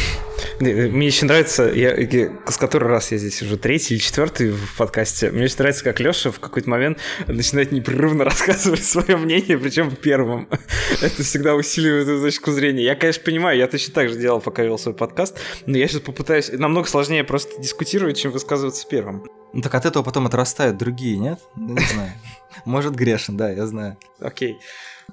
Мне еще нравится, я, с которой раз я здесь уже третий или четвертый в подкасте, мне очень нравится, как Леша в какой-то момент начинает непрерывно рассказывать свое мнение, причем первым. Это всегда усиливает эту точку зрения. Я, конечно, понимаю, я точно так же делал, пока вел свой подкаст, но я сейчас попытаюсь, намного сложнее просто дискутировать, чем высказываться первым. Ну так от этого потом отрастают другие, нет? Да не знаю. Может, грешен, да, я знаю. Окей.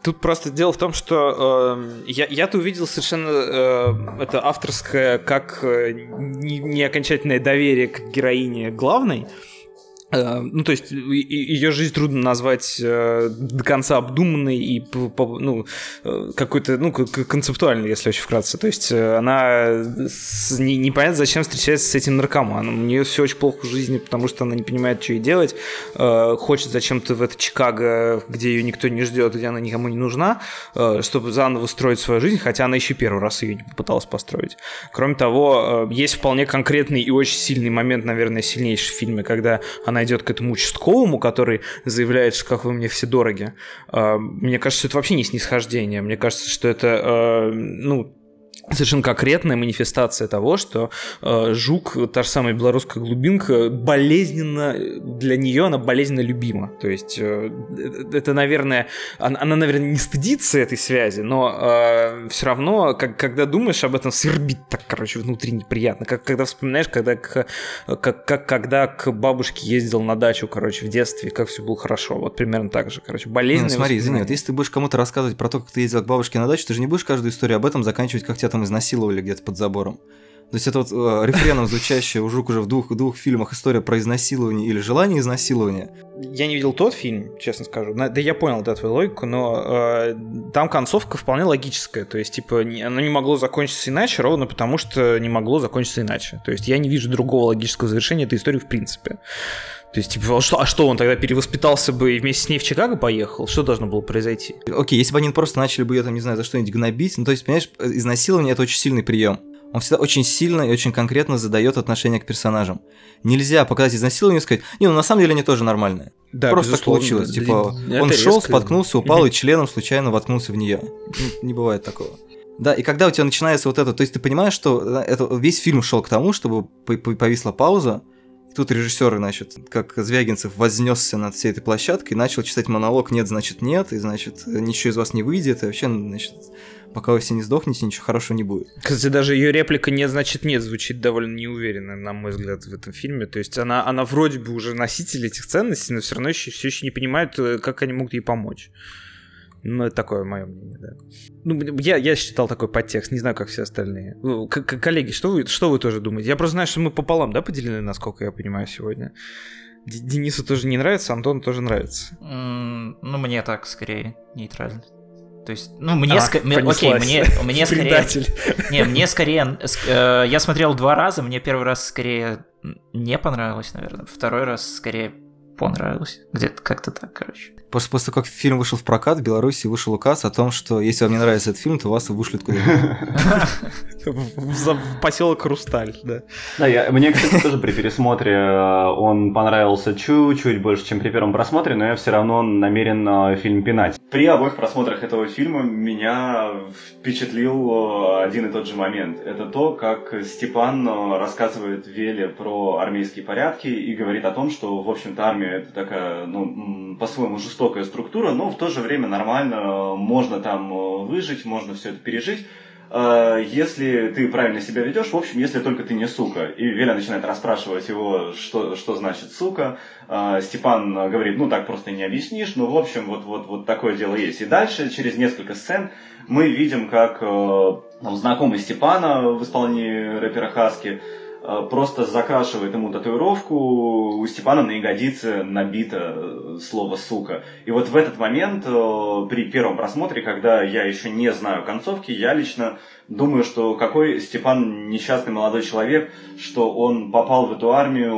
Тут просто дело в том, что э, я, я-то увидел совершенно э, это авторское, как э, не, не окончательное доверие к героине главной. Ну, то есть ее жизнь трудно назвать э, до конца обдуманной и по, ну, какой-то, ну, концептуальной, если очень вкратце. То есть она с, не, непонятно, зачем встречается с этим наркоманом. У нее все очень плохо в жизни, потому что она не понимает, что ей делать. Э, хочет зачем-то в это Чикаго, где ее никто не ждет, где она никому не нужна, э, чтобы заново строить свою жизнь, хотя она еще первый раз ее не попыталась построить. Кроме того, э, есть вполне конкретный и очень сильный момент, наверное, сильнейший в фильме, когда она идет к этому участковому, который заявляет, что как вы мне все дороги. Мне кажется, что это вообще не снисхождение. Мне кажется, что это, ну, совершенно конкретная манифестация того, что э, Жук, та же самая белорусская глубинка, болезненно, для нее она болезненно любима. То есть э, это, наверное, она, она, наверное, не стыдится этой связи, но э, все равно, как, когда думаешь об этом, свербит так, короче, внутри неприятно. Как когда вспоминаешь, когда, к, как, как, когда к бабушке ездил на дачу, короче, в детстве, как все было хорошо. Вот примерно так же, короче, болезненно. Ну, смотри, извини, вот если ты будешь кому-то рассказывать про то, как ты ездил к бабушке на дачу, ты же не будешь каждую историю об этом заканчивать, как тебя там изнасиловали где-то под забором. То есть это вот э, рефреном звучащая у Жук уже в двух, двух фильмах история про изнасилование или желание изнасилования. Я не видел тот фильм, честно скажу. Да, я понял, да, твою логику, но э, там концовка вполне логическая. То есть, типа, не, оно не могло закончиться иначе, ровно потому что не могло закончиться иначе. То есть я не вижу другого логического завершения этой истории в принципе. То есть, типа, а что, а что, он тогда перевоспитался бы и вместе с ней в Чикаго поехал? Что должно было произойти? Окей, если бы они просто начали бы ее, там, не знаю, за что-нибудь гнобить, ну, то есть, понимаешь, изнасилование – это очень сильный прием. Он всегда очень сильно и очень конкретно задает отношение к персонажам. Нельзя показать изнасилование и сказать, не, ну, на самом деле они тоже нормальные. Да, просто так получилось. Да, типа, да, он шел, резко... споткнулся, упал и членом случайно воткнулся в нее. Не бывает такого. Да, и когда у тебя начинается вот это, то есть ты понимаешь, что это, весь фильм шел к тому, чтобы повисла пауза. Тут режиссер, значит, как Звягинцев, вознесся над всей этой площадкой и начал читать монолог «нет, значит нет», и, значит, ничего из вас не выйдет, и вообще, значит, пока вы все не сдохнете, ничего хорошего не будет. Кстати, даже ее реплика «нет, значит нет» звучит довольно неуверенно, на мой взгляд, в этом фильме. То есть она, она вроде бы уже носитель этих ценностей, но все равно еще, все еще не понимает, как они могут ей помочь. Ну, это такое мое мнение, да. Ну, я, я считал такой подтекст, не знаю, как все остальные. К- к- коллеги, что вы, что вы тоже думаете? Я просто знаю, что мы пополам, да, поделены, насколько я понимаю, сегодня. Д- Денису тоже не нравится, Антону тоже нравится. Mm, ну, мне так, скорее, нейтрально. То есть, ну, мне... А, ск... Окей, мне, мне скорее... Не, мне скорее... Э, я смотрел два раза, мне первый раз скорее не понравилось, наверное. Второй раз скорее понравилось. Где-то как-то так, короче. После, после того, как фильм вышел в прокат, в Беларуси вышел указ о том, что если вам не нравится этот фильм, то вас вышлют куда-нибудь. В поселок Хрусталь, да. Да, я, мне, кстати, тоже при пересмотре он понравился чуть-чуть больше, чем при первом просмотре, но я все равно намерен фильм пинать. При обоих просмотрах этого фильма меня впечатлил один и тот же момент. Это то, как Степан рассказывает Веле про армейские порядки и говорит о том, что, в общем-то, армия это такая, ну, по-своему жестокая структура, но в то же время нормально, можно там выжить, можно все это пережить. Если ты правильно себя ведешь, в общем, если только ты не сука. И Веля начинает расспрашивать его, что, что значит сука. Степан говорит, ну так просто не объяснишь, ну в общем, вот, вот, вот такое дело есть. И дальше, через несколько сцен, мы видим, как там, знакомый Степана в исполнении рэпера Хаски просто закрашивает ему татуировку, у Степана на ягодице набито слово «сука». И вот в этот момент, при первом просмотре, когда я еще не знаю концовки, я лично думаю, что какой Степан несчастный молодой человек, что он попал в эту армию,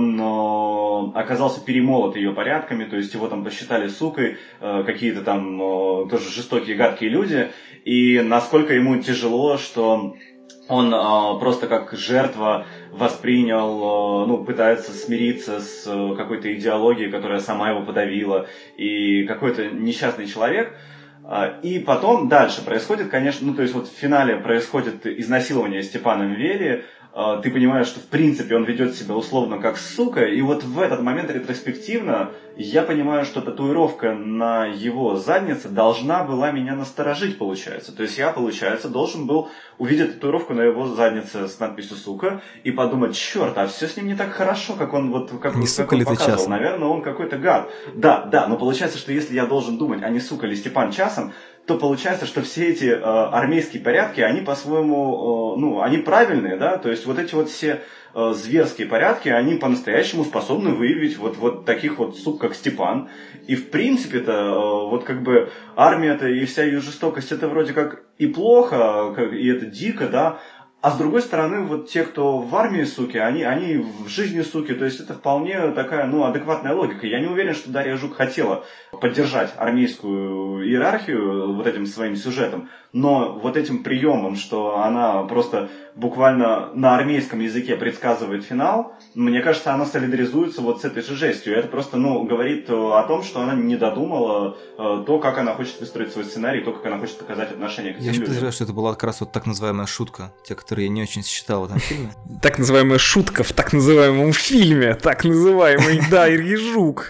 он оказался перемолот ее порядками, то есть его там посчитали сукой, какие-то там тоже жестокие, гадкие люди, и насколько ему тяжело, что... Он э, просто как жертва воспринял, э, ну, пытается смириться с э, какой-то идеологией, которая сама его подавила, и какой-то несчастный человек. Э, и потом дальше происходит, конечно, ну, то есть вот в финале происходит изнасилование Степаном Вели, ты понимаешь, что в принципе он ведет себя условно как сука, и вот в этот момент ретроспективно я понимаю, что татуировка на его заднице должна была меня насторожить, получается. То есть я, получается, должен был увидеть татуировку на его заднице с надписью «сука» и подумать, черт, а все с ним не так хорошо, как он вот как, не как сука он ли ты показывал. часом? Наверное, он какой-то гад. Да, да, но получается, что если я должен думать, а не сука ли Степан часом, то получается, что все эти э, армейские порядки, они по-своему, э, ну, они правильные, да, то есть вот эти вот все э, зверские порядки, они по-настоящему способны выявить вот, вот таких вот сук, как Степан. И в принципе-то, э, вот как бы армия-то и вся ее жестокость, это вроде как и плохо, как, и это дико, да, а с другой стороны, вот те, кто в армии суки, они, они в жизни суки, то есть это вполне такая, ну, адекватная логика. Я не уверен, что Дарья Жук хотела поддержать армейскую иерархию вот этим своим сюжетом, но вот этим приемом, что она просто буквально на армейском языке предсказывает финал, мне кажется, она солидаризуется вот с этой же жестью. Это просто, ну, говорит о том, что она не додумала э, то, как она хочет выстроить свой сценарий, то, как она хочет показать отношение к этим Я людям. подозреваю, что это была как раз вот так называемая шутка, те, которые я не очень считал в этом фильме. Так называемая шутка в так называемом фильме, так называемый Дарья Жук.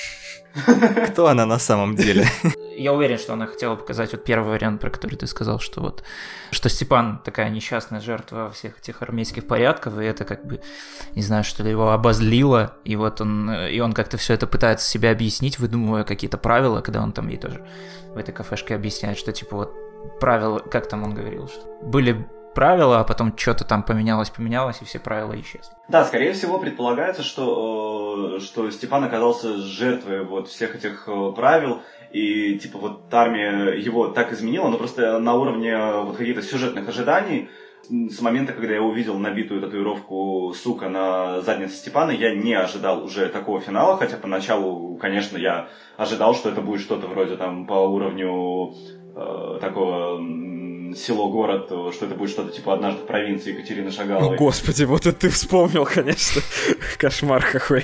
Кто она на самом деле? Я уверен, что она хотела показать вот первый вариант, про который ты сказал, что вот, что Степан такая несчастная жертва всех этих армейских порядков, и это как бы, не знаю, что ли, его обозлило, и вот он, и он как-то все это пытается себе объяснить, выдумывая какие-то правила, когда он там ей тоже в этой кафешке объясняет, что типа вот правила, как там он говорил, что были правила, а потом что-то там поменялось, поменялось, и все правила исчезли. Да, скорее всего, предполагается, что, что Степан оказался жертвой вот всех этих правил, и типа вот армия его так изменила, но просто на уровне вот каких-то сюжетных ожиданий. С момента, когда я увидел набитую татуировку «сука» на заднице Степана, я не ожидал уже такого финала, хотя поначалу, конечно, я ожидал, что это будет что-то вроде там по уровню э, такого село-город, что это будет что-то типа «Однажды в провинции» Екатерины Шагаловой. О, господи, вот это ты вспомнил, конечно. Кошмар какой.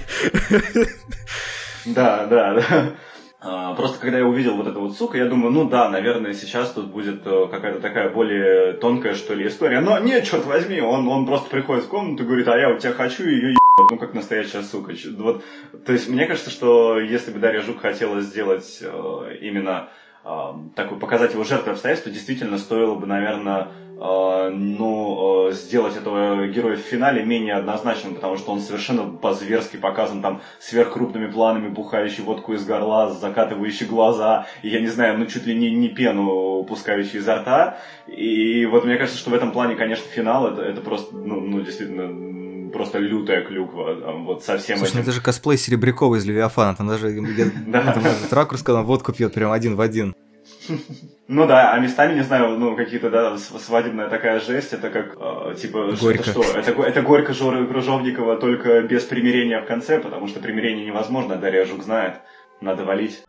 Да, да, да. Просто когда я увидел вот эту вот сука, я думаю, ну да, наверное, сейчас тут будет какая-то такая более тонкая, что ли, история. Но нет, черт возьми, он, он просто приходит в комнату и говорит, а я у тебя хочу ее ебать, ну как настоящая сука. Вот, то есть мне кажется, что если бы Дарья Жук хотела сделать именно такой, показать его жертвой обстоятельств, то действительно стоило бы, наверное, Uh, ну, uh, сделать этого героя в финале менее однозначным, потому что он совершенно по-зверски показан там сверхкрупными планами, бухающий водку из горла, закатывающий глаза, и я не знаю, ну чуть ли не, не пену пускающий изо рта. И вот мне кажется, что в этом плане, конечно, финал это, это просто, ну, ну, действительно, просто лютая клюква. Вот совсем. Слушай, этим... ну это же косплей Серебрякова из Левиафана, там даже ракурс, когда он водку пьет прям один в один. Ну да, а местами, не знаю, ну какие-то, да, свадебная такая жесть, это как, э, типа, Горько. Это что? Это, это горько Жоры Крыжовникова, только без примирения в конце, потому что примирение невозможно, Дарья Жук знает, надо валить.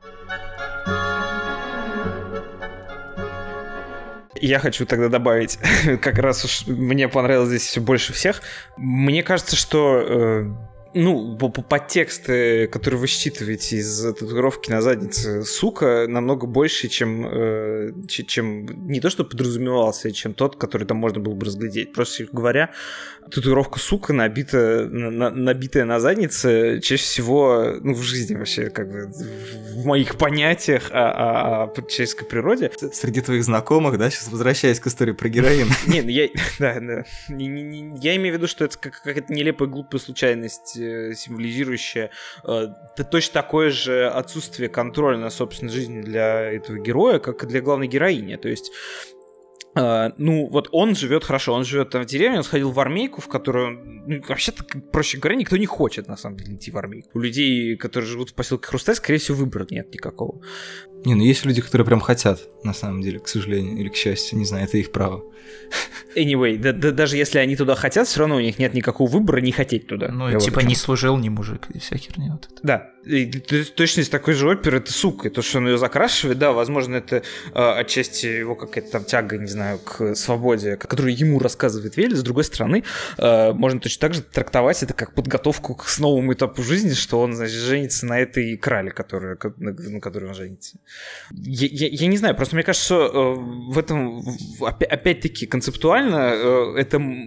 Я хочу тогда добавить, как раз уж мне понравилось здесь все больше всех, мне кажется, что... Э... Ну, подтексты, которые вы считываете из татуировки на заднице «сука», намного больше, чем, э, чем не то, что подразумевался, чем тот, который там можно было бы разглядеть. Просто говоря, татуировка «сука», набитая на, набитая на заднице, чаще всего, ну, в жизни вообще, как бы, в моих понятиях о, о, о человеческой природе. Среди твоих знакомых, да, сейчас возвращаясь к истории про героин. Нет, я, да, да. Я имею в виду, что это какая-то нелепая, глупая случайность, символизирующее э, точно такое же отсутствие контроля на собственной жизни для этого героя, как и для главной героини. То есть, э, ну, вот он живет хорошо, он живет там в деревне, он сходил в армейку, в которую, ну, вообще-то, проще говоря, никто не хочет, на самом деле, идти в армейку. У людей, которые живут в поселке Хрусталь, скорее всего, выбора нет никакого. Не, ну есть люди, которые прям хотят, на самом деле, к сожалению, или к счастью, не знаю, это их право. Anyway, да, да, даже если они туда хотят, все равно у них нет никакого выбора не хотеть туда. Ну, я типа вот не служил, не мужик, и вся херня вот эта. Да, и, точно из такой же оперы это сука, и то, что он ее закрашивает, да, возможно, это э, отчасти его какая-то там тяга, не знаю, к свободе, которую ему рассказывает Велли. С другой стороны, э, можно точно так же трактовать это как подготовку к новому этапу жизни, что он, значит, женится на этой крале, которая, на, на которой он женится. Я, я, я не знаю, просто мне кажется, что э, в этом, в, опять-таки, концептуально э, это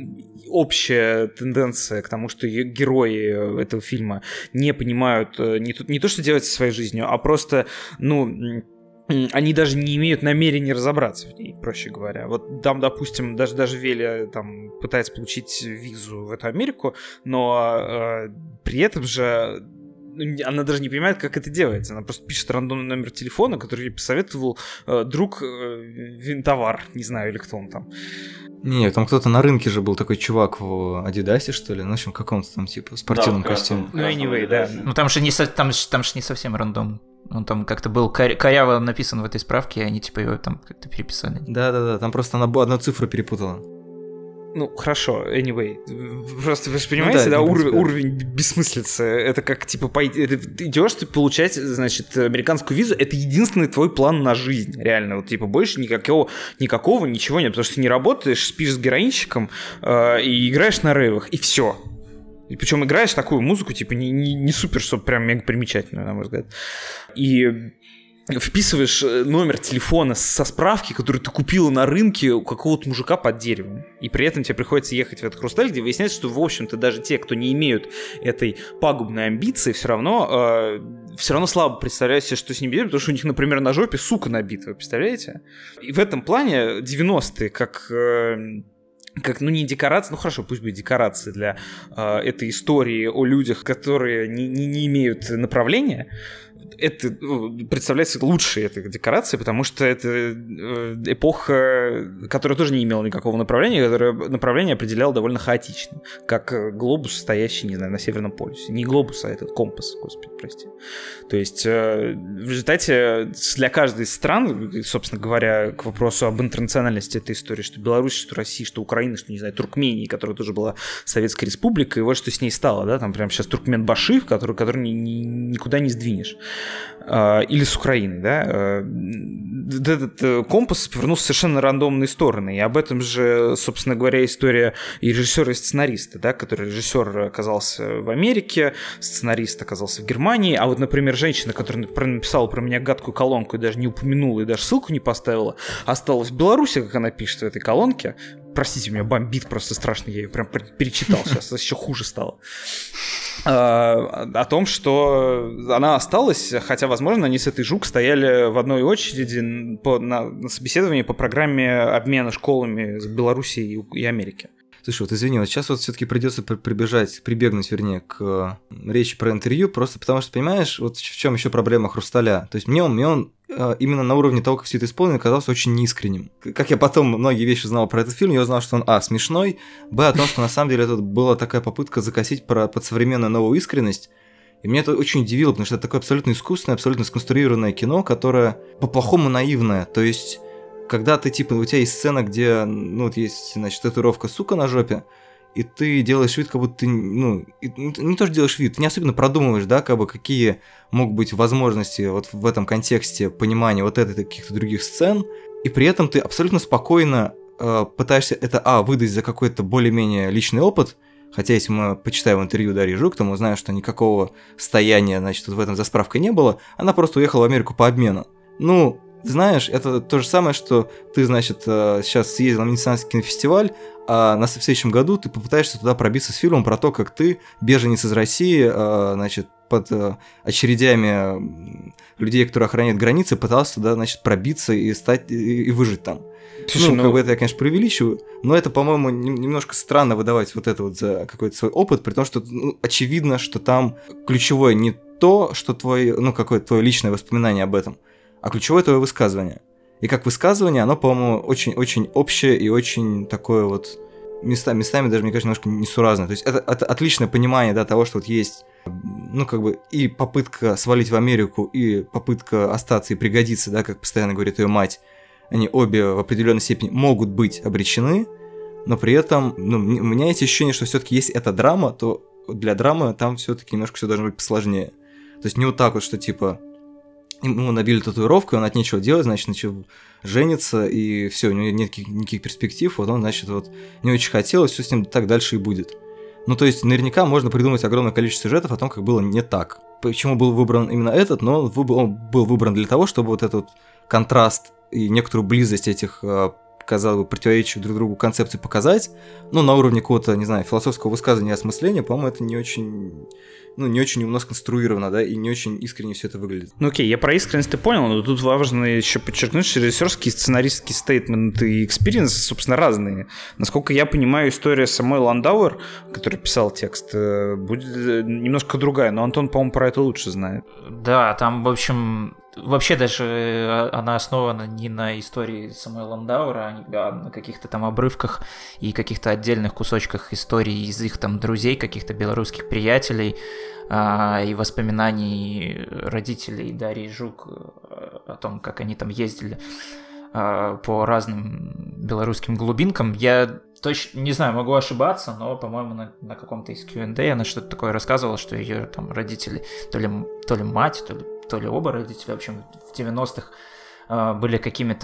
общая тенденция к тому, что герои этого фильма не понимают не то, не то что делать со своей жизнью, а просто, ну... они даже не имеют намерения разобраться в ней, проще говоря. Вот там, допустим, даже, даже Веля там пытается получить визу в эту Америку, но э, при этом же она даже не понимает, как это делается. Она просто пишет рандомный номер телефона, который ей посоветовал э, друг э, Винтовар, не знаю, или кто он там. Не, там кто-то на рынке же был такой чувак в Адидасе, что ли, ну, в общем, каком-то там, типа, спортивном да, костюме. Ну, anyway, да. Ну, там же не, со... там, там же не совсем рандом. Он там как-то был кор... коряво написан в этой справке, и они типа его там как-то переписали. Да-да-да, там просто она одну цифру перепутала. Ну, хорошо, anyway. Просто вы же понимаете, ну, да, да ур... уровень бессмыслицы. Это как, типа, по... это... идешь ты получать, значит, американскую визу, это единственный твой план на жизнь, реально. Вот, типа, больше никакого, никакого ничего нет, потому что ты не работаешь, спишь с героинщиком э, и играешь на рейвах, и все. И причем играешь такую музыку, типа, не, не, не супер, что прям мега примечательную, на мой взгляд. И вписываешь номер телефона со справки, которую ты купила на рынке у какого-то мужика под деревом. И при этом тебе приходится ехать в этот Хрусталь, где выясняется, что, в общем-то, даже те, кто не имеют этой пагубной амбиции, все равно, э, все равно слабо представляют себе, что с ними делать, потому что у них, например, на жопе сука набита, вы представляете? И в этом плане девяностые, как... Э, как, ну, не декорации, ну, хорошо, пусть будет декорации для э, этой истории о людях, которые не, не, не имеют направления, это представляется лучшей этой декорации, потому что это эпоха, которая тоже не имела никакого направления, которое направление определяло довольно хаотично, как глобус, стоящий, не знаю, на Северном полюсе. Не глобус, а этот компас, господи, прости. То есть в результате для каждой из стран, собственно говоря, к вопросу об интернациональности этой истории, что Беларусь, что Россия, что Украина, что, не знаю, Туркмения, которая тоже была Советской Республикой, и вот что с ней стало, да, там прямо сейчас Туркменбаши, который, который ни, ни, никуда не сдвинешь. Или с Украиной, да, этот компас повернулся в совершенно рандомные стороны, и об этом же, собственно говоря, история и режиссера, и сценариста, да, который режиссер оказался в Америке, сценарист оказался в Германии, а вот, например, женщина, которая написала про меня гадкую колонку и даже не упомянула, и даже ссылку не поставила, осталась в Беларуси, как она пишет в этой колонке. Простите, меня бомбит просто страшно, я ее прям перечитал сейчас, еще хуже стало. О том, что она осталась, хотя, возможно, они с этой жук стояли в одной очереди по, на, на собеседовании по программе обмена школами с Белоруссией и, и Америки. Слушай, вот извини, вот сейчас вот все-таки придется прибежать, прибегнуть, вернее, к речи про интервью, просто потому что, понимаешь, вот в чем еще проблема Хрусталя. То есть мне он, мне он именно на уровне того, как все это исполнено, казался очень неискренним. Как я потом многие вещи узнал про этот фильм, я узнал, что он, а, смешной, б, о том, что на самом деле это была такая попытка закосить про, под современную новую искренность. И меня это очень удивило, потому что это такое абсолютно искусственное, абсолютно сконструированное кино, которое по-плохому наивное. То есть, когда ты, типа, у тебя есть сцена, где, ну, вот есть, значит, татуировка сука на жопе, и ты делаешь вид, как будто ты, ну, не то, что делаешь вид, ты не особенно продумываешь, да, как бы, какие могут быть возможности вот в этом контексте понимания вот этой каких-то других сцен, и при этом ты абсолютно спокойно э, пытаешься это, а, выдать за какой-то более-менее личный опыт, хотя если мы почитаем интервью Дарьи Жук, то мы узнаем, что никакого стояния, значит, вот в этом за справкой не было, она просто уехала в Америку по обмену. Ну, знаешь, это то же самое, что ты, значит, сейчас съездил на Венецианский кинофестиваль, а на следующем году ты попытаешься туда пробиться с фильмом про то, как ты, беженец из России, значит, под очередями людей, которые охраняют границы, пытался туда, значит, пробиться и стать и выжить там. Слушай, ну, ну, как бы это я, конечно, преувеличиваю, но это, по-моему, немножко странно выдавать вот это вот за какой-то свой опыт, при том, что, ну, очевидно, что там ключевое не то, что твое, ну, какое-то твое личное воспоминание об этом, а ключевое твое высказывание. И как высказывание, оно, по-моему, очень-очень общее и очень такое вот места, местами даже, мне кажется, немножко несуразное. То есть это, это отличное понимание, да, того, что вот есть, ну, как бы и попытка свалить в Америку, и попытка остаться и пригодиться, да, как постоянно говорит ее мать. Они обе в определенной степени могут быть обречены, но при этом, ну, у меня есть ощущение, что все-таки если это драма, то для драмы там все-таки немножко все должно быть посложнее. То есть не вот так вот, что типа ему набили татуировку, и он от нечего делать, значит, начал жениться, и все, у него нет никаких, никаких перспектив, вот он, значит, вот не очень хотелось, все с ним так дальше и будет. Ну, то есть, наверняка можно придумать огромное количество сюжетов о том, как было не так. Почему был выбран именно этот, но он был выбран для того, чтобы вот этот контраст и некоторую близость этих казалось бы, противоречащих друг другу концепций показать, ну, на уровне какого-то, не знаю, философского высказывания и осмысления, по-моему, это не очень... ну, не очень у нас конструировано, да, и не очень искренне все это выглядит. Ну окей, я про искренность ты понял, но тут важно еще подчеркнуть, что режиссерские, сценаристские стейтменты и экспириенсы, собственно, разные. Насколько я понимаю, история самой Ландауэр, который писал текст, будет немножко другая, но Антон, по-моему, про это лучше знает. Да, там, в общем... Вообще даже она основана не на истории самой Ландауэра, а на каких-то там обрывках и каких-то отдельных кусочках истории из их там друзей, каких-то белорусских приятелей а, и воспоминаний родителей Дарьи Жук о том, как они там ездили а, по разным белорусским глубинкам. Я точно не знаю, могу ошибаться, но, по-моему, на, на каком-то из кью энд эй она что-то такое рассказывала, что ее там родители, то ли, то ли мать, то ли то ли оба родителя, в общем, в девяностых э, были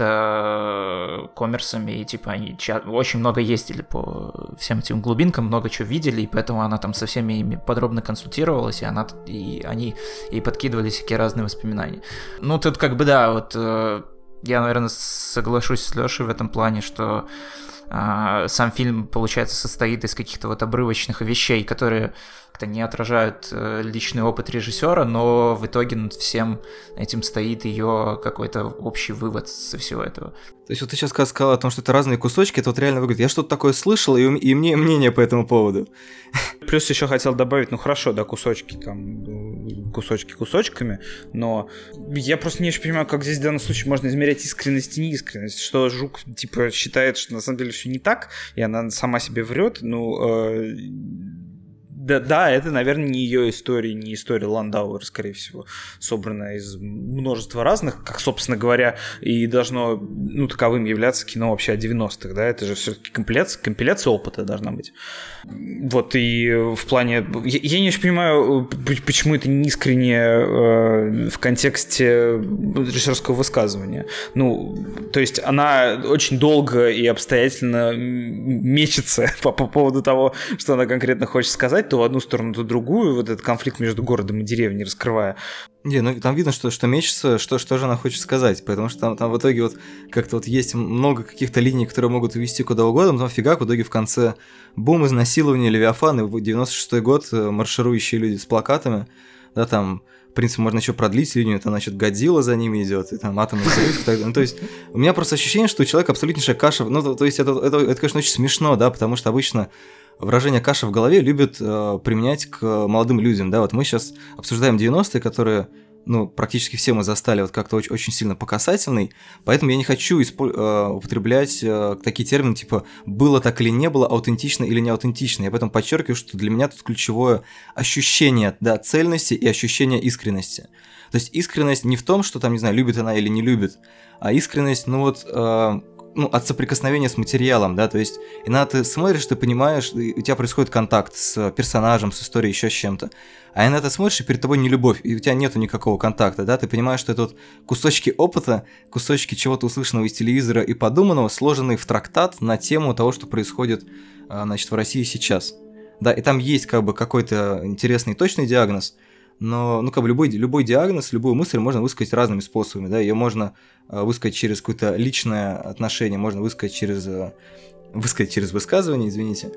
какими-то коммерсами, и типа они ча- очень много ездили по всем этим глубинкам, много чего видели, и поэтому она там со всеми ими подробно консультировалась, и, она, и они ей подкидывали всякие разные воспоминания. Ну, тут как бы, да, вот э, я, наверное, соглашусь с Лешей в этом плане, что э, сам фильм, получается, состоит из каких-то вот обрывочных вещей, которые как-то не отражают э, личный опыт режиссера, но в итоге над всем этим стоит ее какой-то общий вывод со всего этого. То есть вот ты сейчас сказал о том, что это разные кусочки, это вот реально выглядит. Я что-то такое слышал, и, и мне мнение по этому поводу. Плюс еще хотел добавить, ну хорошо, да, кусочки там, кусочки кусочками, но я просто не очень понимаю, как здесь в данном случае можно измерять искренность и неискренность, что Жук, типа, считает, что на самом деле все не так, и она сама себе врет, ну... Э... Да, да, это, наверное, не ее история, не история Ландауэр, скорее всего, собранная из множества разных, как, собственно говоря, и должно, ну, таковым являться кино вообще о девяностых, да, это же все-таки компиляция, компиляция опыта должна быть. Вот, и в плане... Я, я не очень понимаю, почему это не искренне э, в контексте режиссерского высказывания. Ну, то есть она очень долго и обстоятельно мечется по, по поводу того, что она конкретно хочет сказать, то в одну сторону, то в другую, вот этот конфликт между городом и деревней раскрывая. Не, ну там видно, что, что мечется, что, что же она хочет сказать, потому что там, там в итоге вот как-то вот есть много каких-то линий, которые могут увести куда угодно, но фигак, в итоге в конце бум, изнасилование, Левиафан, и девяносто шестой год, марширующие люди с плакатами, да, там, в принципе, можно еще продлить линию, там, значит, Годзилла за ними идет, и там Атомный союз, и так далее. Ну, то есть у меня просто ощущение, что у человека абсолютнейшая каша, ну, то, то есть это, это, это, конечно, очень смешно, да, потому что обычно выражение «каша в голове» любят э, применять к молодым людям, да, вот мы сейчас обсуждаем девяностые, которые, ну, практически все мы застали вот как-то очень, очень сильно по касательной, поэтому я не хочу испо- э, употреблять э, такие термины, типа «было так или не было», «аутентично или не аутентично», я поэтому подчеркиваю, что для меня тут ключевое ощущение, да, цельности и ощущение искренности. То есть искренность не в том, что там, не знаю, любит она или не любит, а искренность, ну вот... Э, ну, от соприкосновения с материалом, да, то есть иногда ты смотришь, ты понимаешь, у тебя происходит контакт с персонажем, с историей, еще с чем-то, а иногда ты смотришь, и перед тобой не любовь, и у тебя нету никакого контакта, да, ты понимаешь, что это вот кусочки опыта, кусочки чего-то услышанного из телевизора и подуманного, сложенные в трактат на тему того, что происходит, значит, в России сейчас, да, и там есть как бы какой-то интересный точный диагноз, но, ну, как бы любой, любой диагноз, любую мысль можно высказать разными способами, да, ее можно э, высказать через какое-то личное отношение, можно высказать через, э, высказать через высказывание, извините,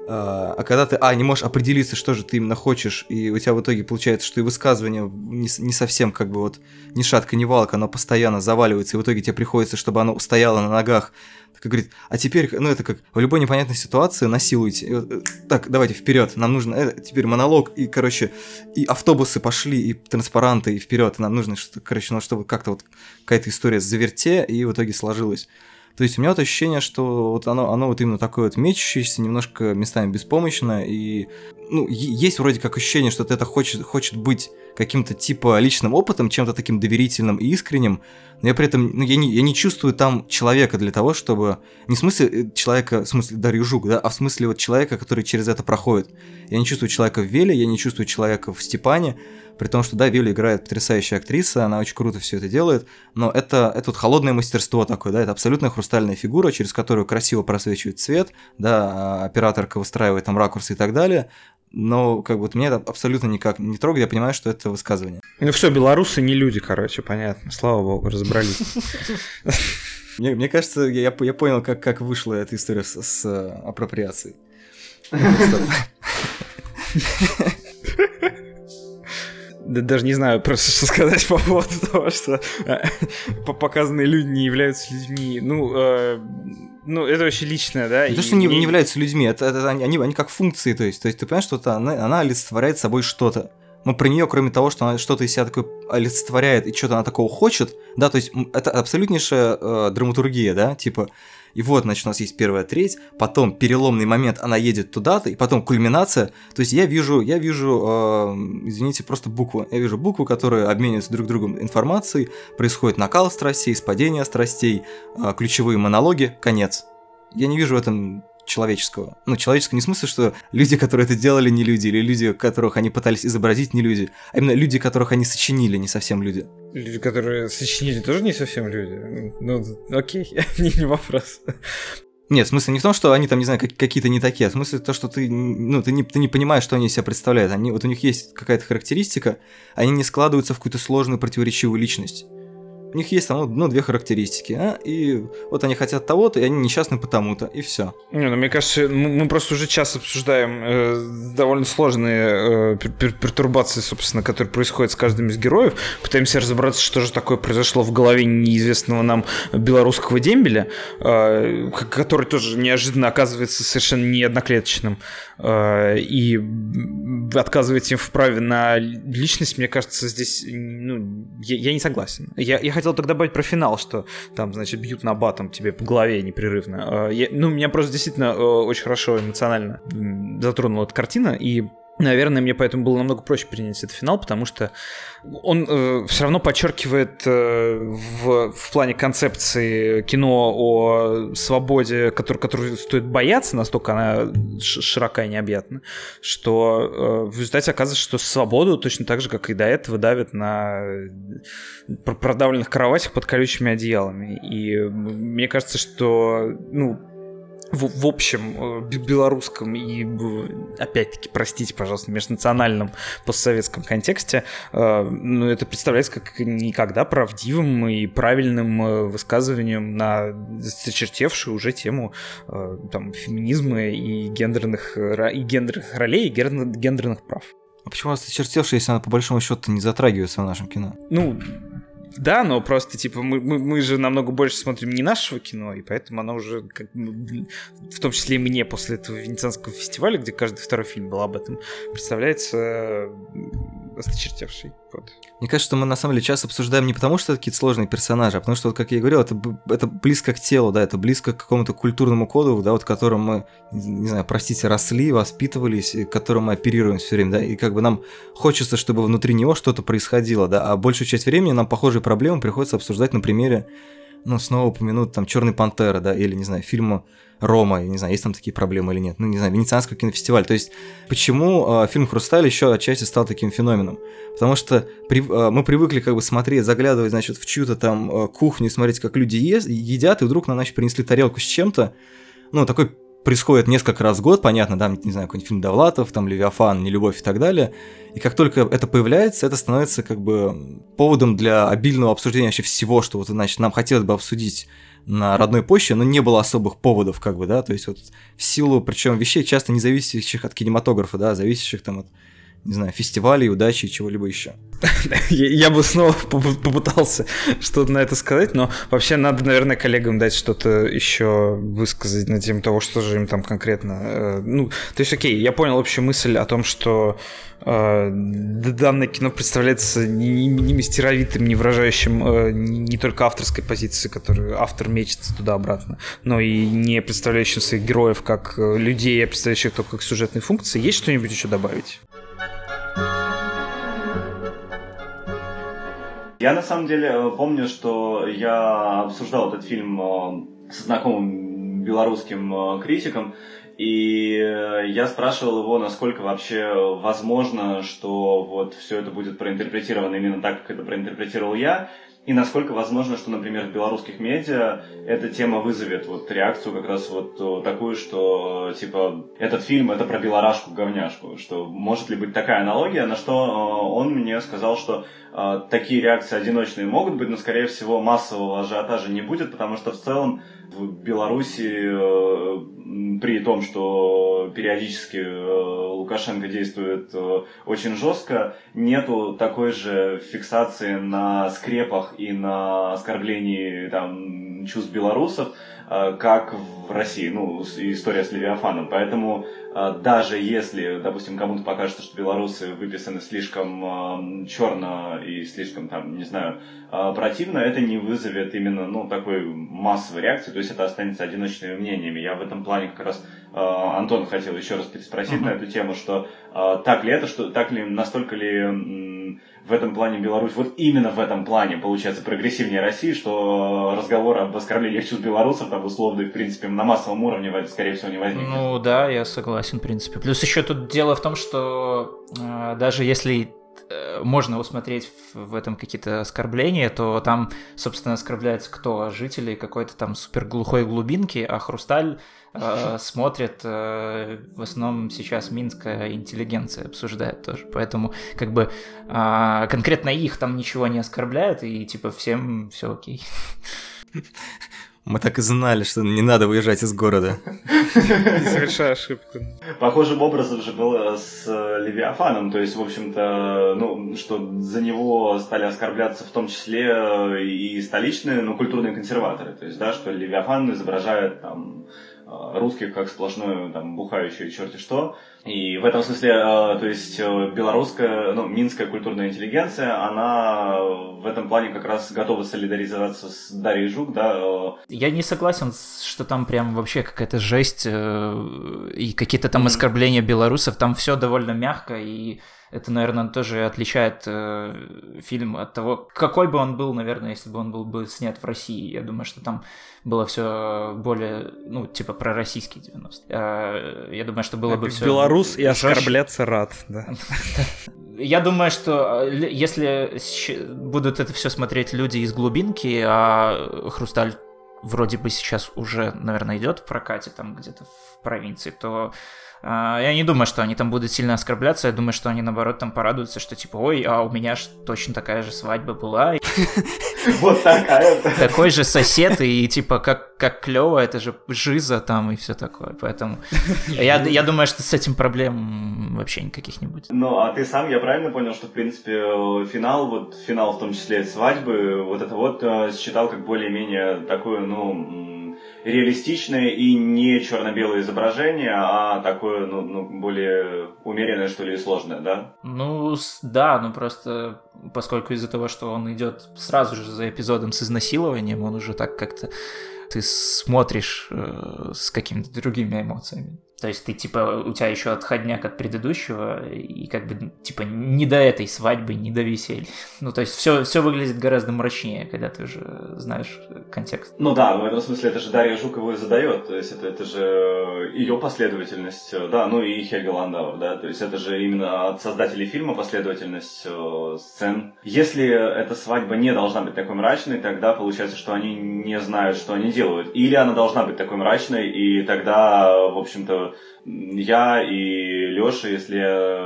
а, а когда ты, а, не можешь определиться, что же ты именно хочешь, и у тебя в итоге получается, что и высказывание не, не совсем как бы вот ни шатка, ни валка, оно постоянно заваливается, и в итоге тебе приходится, чтобы оно стояло на ногах, как говорит, а теперь, ну это как в любой непонятной ситуации насилуйте. Так, давайте вперед, нам нужно это, теперь монолог, и, короче, и автобусы пошли, и транспаранты, и вперед, нам нужно, что, короче, ну, чтобы как-то вот какая-то история заверте, и в итоге сложилась. То есть у меня вот ощущение, что вот оно, оно вот именно такое вот мечущееся, немножко местами беспомощное, и ну, есть вроде как ощущение, что это хочет, хочет быть каким-то типа личным опытом, чем-то таким доверительным и искренним, но я при этом, ну, я не, я не чувствую там человека для того, чтобы, не в смысле человека, в смысле Дарью Жук, да, а в смысле вот человека, который через это проходит. Я не чувствую человека в Веле, я не чувствую человека в Степане, при том, что, да, Веля играет потрясающая актриса, она очень круто все это делает, но это, это вот холодное мастерство такое, да, это абсолютная хрустальная фигура, через которую красиво просвечивает свет, да, операторка выстраивает там ракурсы и так далее, но как бы вот меня это абсолютно никак не трогает, я понимаю, что это высказывание. Ну все, белорусы не люди, короче, понятно, слава богу, разобрались. Мне, мне кажется, я, я понял, как, как вышла эта история с, с апроприацией. Даже не знаю просто, что сказать по поводу того, что показанные люди не являются людьми. Ну, э, ну это очень личное, да? Не то, что не, не являются людьми, это, это они, они как функции, то есть, то есть ты понимаешь, что она, она олицетворяет собой что-то. Но про нее, кроме того, что она что-то из себя такое олицетворяет и что-то она такого хочет, да, то есть это абсолютнейшая э, драматургия, да, типа, и вот, значит, у нас есть первая треть, потом переломный момент, она едет туда-то, и потом кульминация, то есть я вижу, я вижу, э, извините, просто букву, я вижу буквы, которые обмениваются друг с другом информацией, происходит накал страстей, спадение страстей, э, ключевые монологи, конец. Я не вижу в этом человеческого. Ну, человеческого не в смысле, что люди, которые это делали, не люди, или люди, которых они пытались изобразить, не люди, а именно люди, которых они сочинили, не совсем люди. Люди, которые сочинили, тоже не совсем люди. Ну, окей, не вопрос. Нет, смысл не в том, что они там, не знаю, какие-то не такие, а в смысле то, что ты, ну, ты не, ты не понимаешь, что они из себя представляют. Они, вот у них есть какая-то характеристика, они не складываются в какую-то сложную противоречивую личность. У них есть там, ну, две характеристики, а? И вот они хотят того-то, и они несчастны потому-то, и все. Не, ну, мне кажется, мы просто уже час обсуждаем э, довольно сложные э, пер- пертурбации, собственно, которые происходят с каждым из героев. Пытаемся разобраться, что же такое произошло в голове неизвестного нам белорусского дембеля, э, который тоже неожиданно оказывается совершенно не одноклеточным. Э, и отказывать им в праве на личность, мне кажется, здесь, ну, я, я не согласен. Я, я хотел только добавить про финал, что там, значит, бьют на батом тебе по голове непрерывно. Я, ну, меня просто действительно очень хорошо эмоционально затронула эта картина, и, наверное, мне поэтому было намного проще принять этот финал, потому что он э, все равно подчеркивает э, в, в плане концепции кино о свободе, который, которую стоит бояться, настолько она широка и необъятна, что э, в результате оказывается, что свободу точно так же, как и до этого, давят на продавленных кроватях под колючими одеялами. И мне кажется, что, ну, В, в общем белорусском и, опять-таки, простите, пожалуйста, межнациональном постсоветском контексте, э, ну, это представляется как никогда правдивым и правильным высказыванием на зачертевшую уже тему э, там, феминизма и гендерных, и гендерных ролей, и гендерных прав. А почему она зачертевшая, если она по большому счету не затрагивается в нашем кино? Ну, да, но просто, типа, мы, мы, мы же намного больше смотрим не нашего кино, и поэтому оно уже, как, в том числе и мне после этого Венецианского фестиваля, где каждый второй фильм был об этом, представляется осточертевший. Вот. Мне кажется, что мы на самом деле часто обсуждаем не потому, что это какие-то сложные персонажи, а потому что, вот, как я и говорил, это, это близко к телу, да, это близко к какому-то культурному коду, да, вот, которым мы, не знаю, простите, росли, воспитывались, и которым мы оперируем все время, да, и как бы нам хочется, чтобы внутри него что-то происходило, да, а большую часть времени нам похожие проблемы приходится обсуждать на примере, ну, снова упомянуть там «Черный пантера», да, или, не знаю, фильма «Рома», я не знаю, есть там такие проблемы или нет, ну, не знаю, Венецианский кинофестиваль. То есть, почему э, фильм «Хрусталь» еще отчасти стал таким феноменом? Потому что при, э, мы привыкли как бы смотреть, заглядывать, значит, в чью-то там э, кухню и смотреть, как люди ест, едят, и вдруг нам, значит, принесли тарелку с чем-то, ну, такой происходит несколько раз в год, понятно, да, не знаю, какой-нибудь фильм Довлатов, там, Левиафан, Нелюбовь и так далее, и как только это появляется, это становится как бы поводом для обильного обсуждения вообще всего, что вот, значит, нам хотелось бы обсудить на родной почве, но не было особых поводов, как бы, да, то есть вот в силу, причем вещей часто не зависящих от кинематографа, да, зависящих там от, не знаю, фестивалей, удачи и чего-либо еще. Я бы снова попытался что-то на это сказать, но вообще надо, наверное, коллегам дать что-то еще высказать на тему того, что же им там конкретно... Ну, то есть, окей, я понял общую мысль о том, что э, данное кино представляется не, не мастеровитым, не выражающим э, не только авторской позиции, которую автор мечется туда-обратно, но и не представляющим своих героев как людей, а представляющих только как сюжетные функции. Есть что-нибудь еще добавить? Я на самом деле помню, что я обсуждал этот фильм со знакомым белорусским критиком, и я спрашивал его, насколько вообще возможно, что вот все это будет проинтерпретировано именно так, как это проинтерпретировал я. И насколько возможно, что, например, в белорусских медиа эта тема вызовет вот реакцию как раз вот такую, что типа этот фильм это про белорашку-говняшку, что может ли быть такая аналогия, на что он мне сказал, что э, такие реакции одиночные могут быть, но скорее всего массового ажиотажа не будет, потому что в целом в Беларуси э, при том, что периодически э, Лукашенко действует э, очень жестко, нету такой же фиксации на скрепах и на оскорблении там, чувств белорусов, э, как в России, ну, история с Левиафаном. Поэтому э, даже если, допустим, кому-то покажется, что белорусы выписаны слишком э, черно и слишком, там, не знаю, э, противно, это не вызовет именно, ну, такой массовой реакции, то есть это останется одиночными мнениями. Я в этом плане как раз э, Антон хотел еще раз переспросить uh-huh. на эту тему, что э, так ли это, что так ли, настолько ли м, в этом плане Беларусь, вот именно в этом плане, получается, прогрессивнее России, что разговор об оскорблениях чувств белорусов, там, условно, в принципе, на массовом уровне, скорее всего, не возникнет. Ну да, я согласен, в принципе. Плюс еще тут дело в том, что э, даже если можно усмотреть в этом какие-то оскорбления, то там, собственно, оскорбляется кто? Жители какой-то там суперглухой глубинки, а Хрусталь э, смотрит э, в основном сейчас минская интеллигенция обсуждает тоже. Поэтому как бы э, конкретно их там ничего не оскорбляют, и типа всем все окей. Мы так и знали, что не надо выезжать из города. Совершая ошибку. Похожим образом же было с Левиафаном, то есть, в общем-то, ну, что за него стали оскорбляться в том числе и столичные, ну, культурные консерваторы, то есть, да, что Левиафан изображает там русских как сплошное там бухающее черти что. И в этом смысле, то есть белорусская, ну, минская культурная интеллигенция, она в этом плане как раз готова солидаризоваться с Дарьей Жук, да. Я не согласен, что там прям вообще какая-то жесть и какие-то там оскорбления белорусов, там все довольно мягко, и это, наверное, тоже отличает э, фильм от того, какой бы он был, наверное, если бы он был бы снят в России. Я думаю, что там было все более, ну, типа пророссийские девяностые. Э, я думаю, что было бы все... Белорус и оскорбляться рад, да. Я думаю, что если будут это все смотреть люди из глубинки, а Хрусталь вроде бы сейчас уже, наверное, идет в прокате там где-то в провинции, то я не думаю, что они там будут сильно оскорбляться, я думаю, что они, наоборот, там порадуются, что типа, ой, а у меня ж точно такая же свадьба была. Вот такая. Такой же сосед, и типа, как, как клево, это же жиза там и все такое, поэтому я, я думаю, что с этим проблем вообще никаких не будет. Ну, а ты сам, я правильно понял, что, в принципе, финал, вот финал в том числе свадьбы, вот это вот считал как более-менее такое, ну... реалистичное и не черно-белое изображение, а такое, ну, ну, более умеренное, что ли, и сложное, да? Ну, да, ну просто поскольку из-за того, что он идет сразу же за эпизодом с изнасилованием, он уже так как-то ты смотришь э, с какими-то другими эмоциями. То есть ты, типа, у тебя еще отходняк от предыдущего, и как бы, типа, не до этой свадьбы, не до веселья. Ну, то есть все, все выглядит гораздо мрачнее, когда ты уже знаешь контекст. Ну да, в этом смысле это же Дарья Жук его и задает, то есть это, это же ее последовательность, да, ну и Хельга Ландауэр, да, то есть это же именно от создателей фильма последовательность э, сцен. Если эта свадьба не должна быть такой мрачной, тогда получается, что они не знают, что они делают. Или она должна быть такой мрачной, и тогда, в общем-то, я и Лёша, если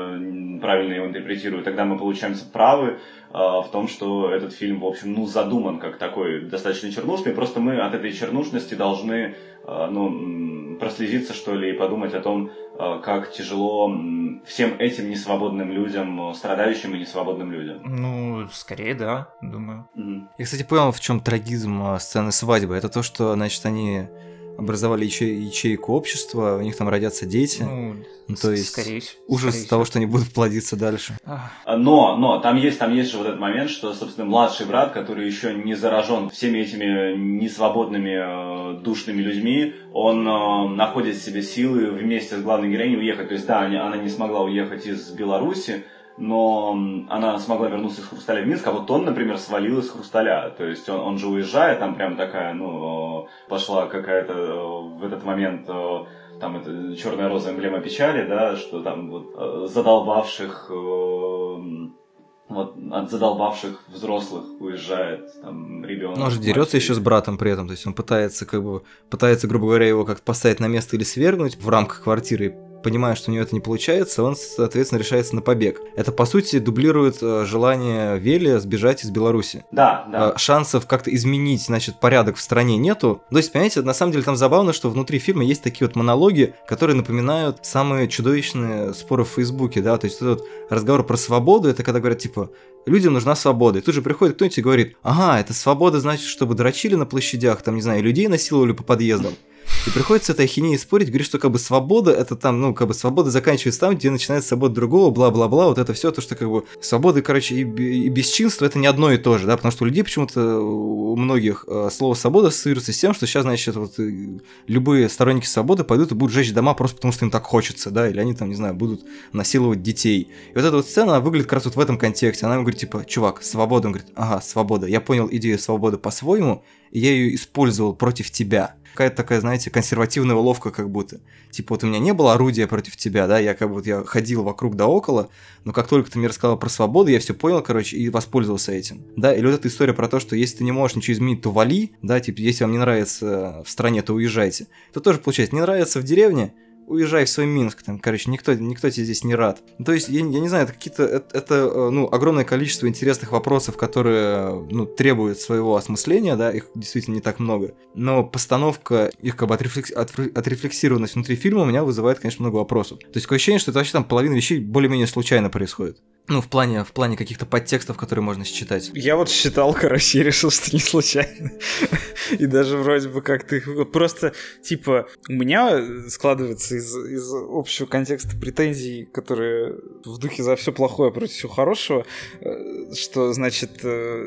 я правильно его интерпретирую, тогда мы получаемся правы э, в том, что этот фильм, в общем, ну, задуман как такой достаточно чернушный, просто мы от этой чернушности должны, э, ну, прослезиться, что ли, и подумать о том, э, как тяжело всем этим несвободным людям, страдающим и несвободным людям. Ну, скорее, да, думаю. Mm-hmm. Я, кстати, понял, в чем трагизм сцены свадьбы. Это то, что, значит, они... образовали яче- ячейку общества, у них там родятся дети. Ну, ну то есть скорее, ужас скорее того, всего. что они будут плодиться дальше. Но, но там есть, там есть же вот этот момент, что, собственно, младший брат, который еще не заражен всеми этими несвободными, душными людьми, он находит в себе силы вместе с главной героиней уехать. То есть, да, она не смогла уехать из Беларуси, но она смогла вернуться из Хрусталя в Минск, а вот он, например, свалил из Хрусталя. То есть он, он же уезжает, там прям такая, ну, пошла какая-то в этот момент, там это черная роза, эмблема печали, да, что там вот задолбавших вот от задолбавших взрослых уезжает там ребенок. Он же дерется еще с братом при этом, то есть он пытается, как бы, пытается, грубо говоря, его как-то поставить на место или свергнуть в рамках квартиры, понимая, что у него это не получается, он, соответственно, решается на побег. Это, по сути, дублирует э, желание Вели сбежать из Беларуси. Да, да. Э, шансов как-то изменить, значит, порядок в стране нету. То есть, понимаете, на самом деле там забавно, что внутри фильма есть такие вот монологи, которые напоминают самые чудовищные споры в Фейсбуке, да, то есть этот вот разговор про свободу, это когда говорят, типа, людям нужна свобода. И тут же приходит кто-нибудь и говорит, ага, это свобода, значит, чтобы дрочили на площадях, там, не знаю, людей насиловали по подъездам. И приходится этой ахинеей спорить, говорит, что как бы свобода, это там, ну, как бы свобода заканчивается там, где начинается свобода другого, бла-бла-бла, вот это все то, что как бы свобода, короче, и, и бесчинство, это не одно и то же, да, потому что у людей почему-то, у многих э, слово свобода ассоциируется с тем, что сейчас, значит, вот э, любые сторонники свободы пойдут и будут жечь дома просто потому, что им так хочется, да, или они там, не знаю, будут насиловать детей. И вот эта вот сцена, она выглядит как раз вот в этом контексте, она ему говорит, типа, чувак, свобода, он говорит, ага, свобода, я понял идею свободы по-своему, и я ее использовал против тебя. Какая-то такая, знаете, консервативная уловка как будто. Типа вот у меня не было орудия против тебя, да, я как бы вот я ходил вокруг да около, но как только ты мне рассказал про свободу, я все понял, короче, и воспользовался этим. Да, или вот эта история про то, что если ты не можешь ничего изменить, то вали, да, типа если вам не нравится в стране, то уезжайте. То тоже получается, не нравится в деревне, уезжай в свой Минск, там, короче, никто, никто тебе здесь не рад. То есть, я, я не знаю, это какие-то, это, это, ну, огромное количество интересных вопросов, которые, ну, требуют своего осмысления, да, их действительно не так много, но постановка, их как бы отрефлекс, отрефлексированность внутри фильма у меня вызывает, конечно, много вопросов. То есть, такое ощущение, что это вообще там половина вещей более-менее случайно происходит. Ну, в плане, в плане каких-то подтекстов, которые можно считать. Я вот считал, короче, и решил, что не случайно. И даже вроде бы как-то... Просто, типа, у меня складывается из, из общего контекста претензий, которые в духе за все плохое против всего хорошего, что, значит...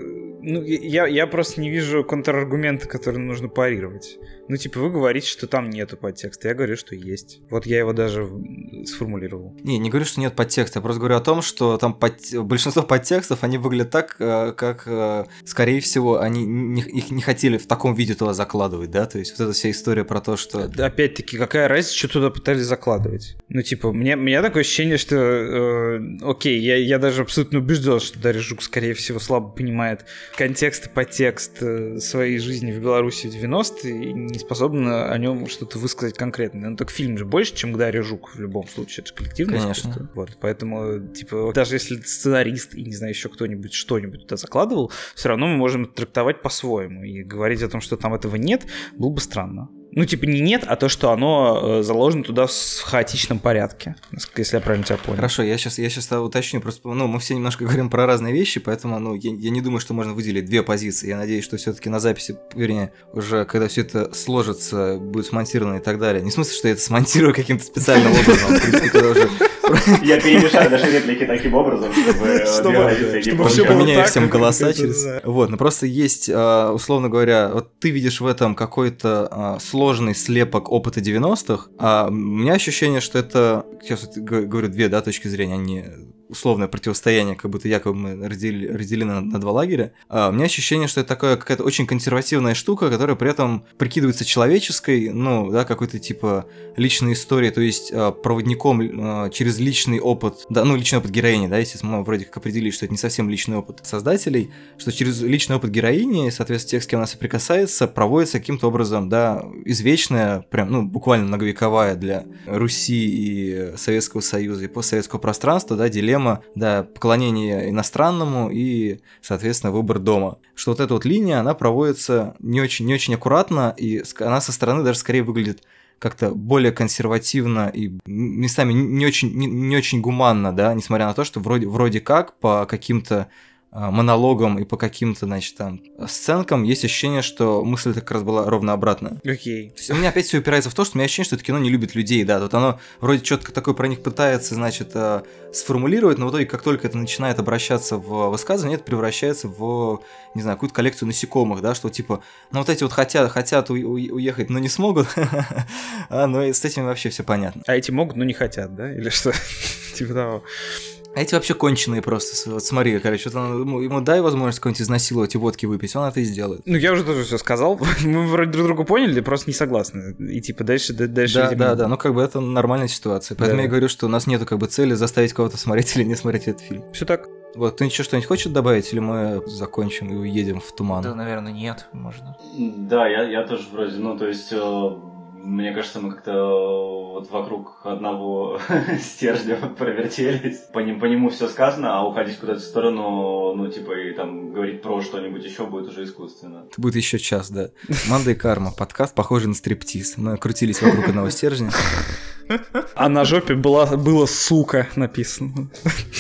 Ну, я, я просто не вижу контраргумента, который нужно парировать. Ну, типа, вы говорите, что там нету подтекста. Я говорю, что есть. Вот я его даже сформулировал. Не, не говорю, что нет подтекста. Я просто говорю о том, что там под... большинство подтекстов, они выглядят так, как, скорее всего, они не, их не хотели в таком виде туда закладывать, да? То есть вот эта вся история про то, что... Опять-таки, какая разница, что туда пытались закладывать? Ну, типа, мне, у меня такое ощущение, что... Э, окей, я, я даже абсолютно убежден, что Дарья Жук, скорее всего, слабо понимает контекст и подтекст своей жизни в Беларуси в девяностые и не способна о нем что-то высказать конкретно. Но так фильм же больше, чем Дарья Жук в любом случае. Это же коллективное Конечно. искусство. Вот, поэтому, типа, даже если сценарист и, не знаю, еще кто-нибудь что-нибудь туда закладывал, все равно мы можем это трактовать по-своему. И говорить о том, что там этого нет, было бы странно. Ну, типа, не нет, а то, что оно заложено туда в хаотичном порядке, если я правильно тебя понял. Хорошо, я сейчас, я сейчас уточню, просто, ну, мы все немножко говорим про разные вещи, поэтому, ну, я, я не думаю, что можно выделить две позиции. Я надеюсь, что все-таки на записи, вернее, уже когда все это сложится, будет смонтировано и так далее. Не в смысле, что я это смонтирую каким-то специальным образом, в принципе, когда уже... Я перемешаю даже реплики таким образом, чтобы... Чтобы все было поменяю так, всем голоса это, через... да. Вот, но просто есть, условно говоря, вот ты видишь в этом какой-то сложный слепок опыта девяностых, а у меня ощущение, что это, сейчас вот говорю, две, да, точки зрения, они... условное противостояние, как будто якобы мы разделили, разделены на, на два лагеря. А у меня ощущение, что это такая какая-то очень консервативная штука, которая при этом прикидывается человеческой, ну, да, какой-то типа личной истории, то есть а, проводником а, через личный опыт, да, ну, личный опыт героини, да, если мы вроде как определили, что это не совсем личный опыт создателей, что через личный опыт героини, соответственно, тех, с кем она соприкасается, проводится каким-то образом, да, извечная, прям, ну, буквально многовековая для Руси и Советского Союза и постсоветского пространства, да, дилемма, да, поклонение иностранному и, соответственно, выбор дома. Что вот эта вот линия, она проводится не очень, не очень аккуратно, и она со стороны даже скорее выглядит как-то более консервативно и местами не очень, не, не очень гуманно, да, несмотря на то, что вроде, вроде как по каким-то монологам и по каким-то, значит, там, сценкам есть ощущение, что мысль как раз была ровно обратная. Окей. То есть у меня опять все упирается в то, что у меня ощущение, что это кино не любит людей, да, вот оно вроде что-то такое про них пытается, значит, сформулировать, но в итоге, как только это начинает обращаться в высказывание, это превращается в, не знаю, какую-то коллекцию насекомых, да, что типа, ну вот эти вот хотят, хотят у- у- уехать, но не смогут, а, ну и с этим вообще все понятно. А эти могут, но не хотят, да? Или что? Типа того. А эти вообще конченые просто. Вот смотри, короче, вот он, ему, ему дай возможность какой-нибудь изнасиловать и водки выпить, он это и сделает. Ну, я уже тоже все сказал. Мы вроде друг друга поняли, просто не согласны. И типа дальше... дальше да, этим... да, да, ну как бы это нормальная ситуация. Поэтому да. я говорю, что у нас нету как бы цели заставить кого-то смотреть или не смотреть этот фильм. Все так. Вот, ты еще что-нибудь хочет добавить, или мы закончим и уедем в туман? Да, наверное, нет, можно. Да, я, я тоже вроде, ну, то есть, э, мне кажется, мы как-то э, вот вокруг одного стержня провертелись. По, ним, по нему все сказано, а уходить куда-то в сторону, ну, типа, и там говорить про что-нибудь еще будет уже искусственно. Это будет еще час, да. Манда и Карма, подкаст, похожий на стриптиз. Мы крутились вокруг одного стержня. А на жопе была, было «сука» написано.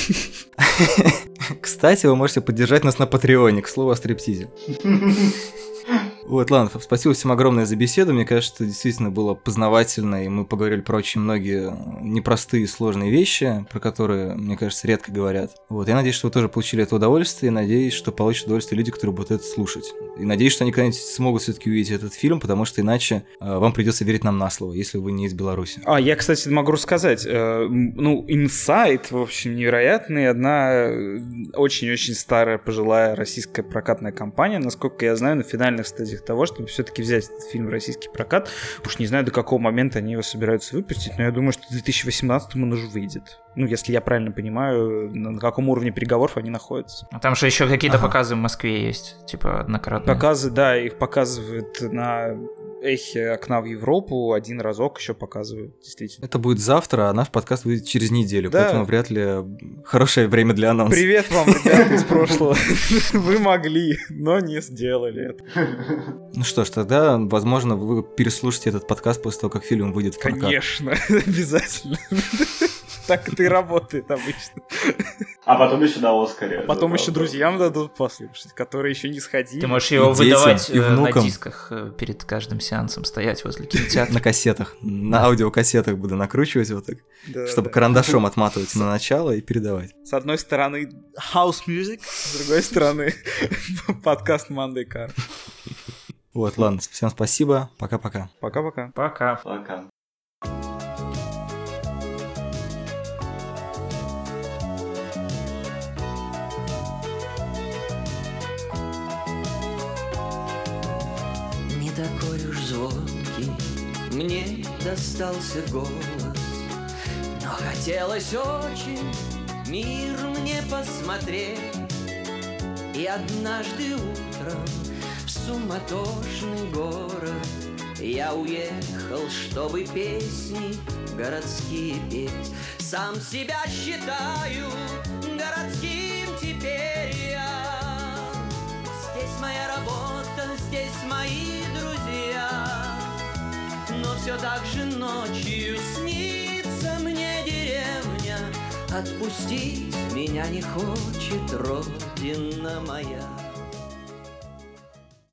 Кстати, вы можете поддержать нас на Патреоне, к слову о стриптизе. Вот, ладно, спасибо всем огромное за беседу. Мне кажется, это действительно было познавательно, и мы поговорили про очень многие непростые и сложные вещи, про которые, мне кажется, редко говорят. Вот, я надеюсь, что вы тоже получили это удовольствие, и надеюсь, что получат удовольствие люди, которые будут это слушать. И надеюсь, что они когда-нибудь смогут все-таки увидеть этот фильм, потому что иначе э, вам придется верить нам на слово, если вы не из Беларуси. А, я, кстати, могу рассказать. Э, ну, инсайт, в общем, невероятный. Одна очень-очень старая, пожилая российская прокатная компания, насколько я знаю, на финальных стадиях того, чтобы все-таки взять этот фильм в российский прокат. Уж не знаю, до какого момента они его собираются выпустить, но я думаю, что в две тысячи восемнадцатом он уже выйдет. Ну, если я правильно понимаю, на каком уровне переговоров они находятся. А там же еще какие-то Ага. показы в Москве есть, типа однократные. Показы, да, их показывают на эхе «Окна в Европу», один разок еще показывают, действительно. Это будет завтра, а наш подкаст выйдет через неделю, Да. поэтому вряд ли хорошее время для анонса. Привет вам, ребята, из прошлого. Вы могли, но не сделали это. Ну что ж, тогда, возможно, вы переслушаете этот подкаст после того, как фильм выйдет в прокат. Конечно, обязательно. Так это и работает обычно. А потом еще на Оскаре. Потом Да, еще да. друзьям дадут послушать, которые еще не сходили. Ты можешь его И детям, выдавать и э, на внукам. дисках э, перед каждым сеансом, стоять возле кинотеатра. На кассетах, на аудиокассетах буду накручивать вот так, Да, чтобы да. карандашом отматывать на начало и передавать. С одной стороны house music, с другой стороны подкаст Манда и Карма. Вот, ладно, всем спасибо, пока-пока. Пока-пока. Пока. Пока. Не такой уж звонкий мне достался голос, но хотелось очень мир мне посмотреть. И однажды утром в суматошный город я уехал, чтобы песни городские петь. Сам себя считаю городским теперь я. Здесь моя работа, здесь мои друзья, но все так же ночью снится мне деревня. Отпустить меня не хочет родина моя.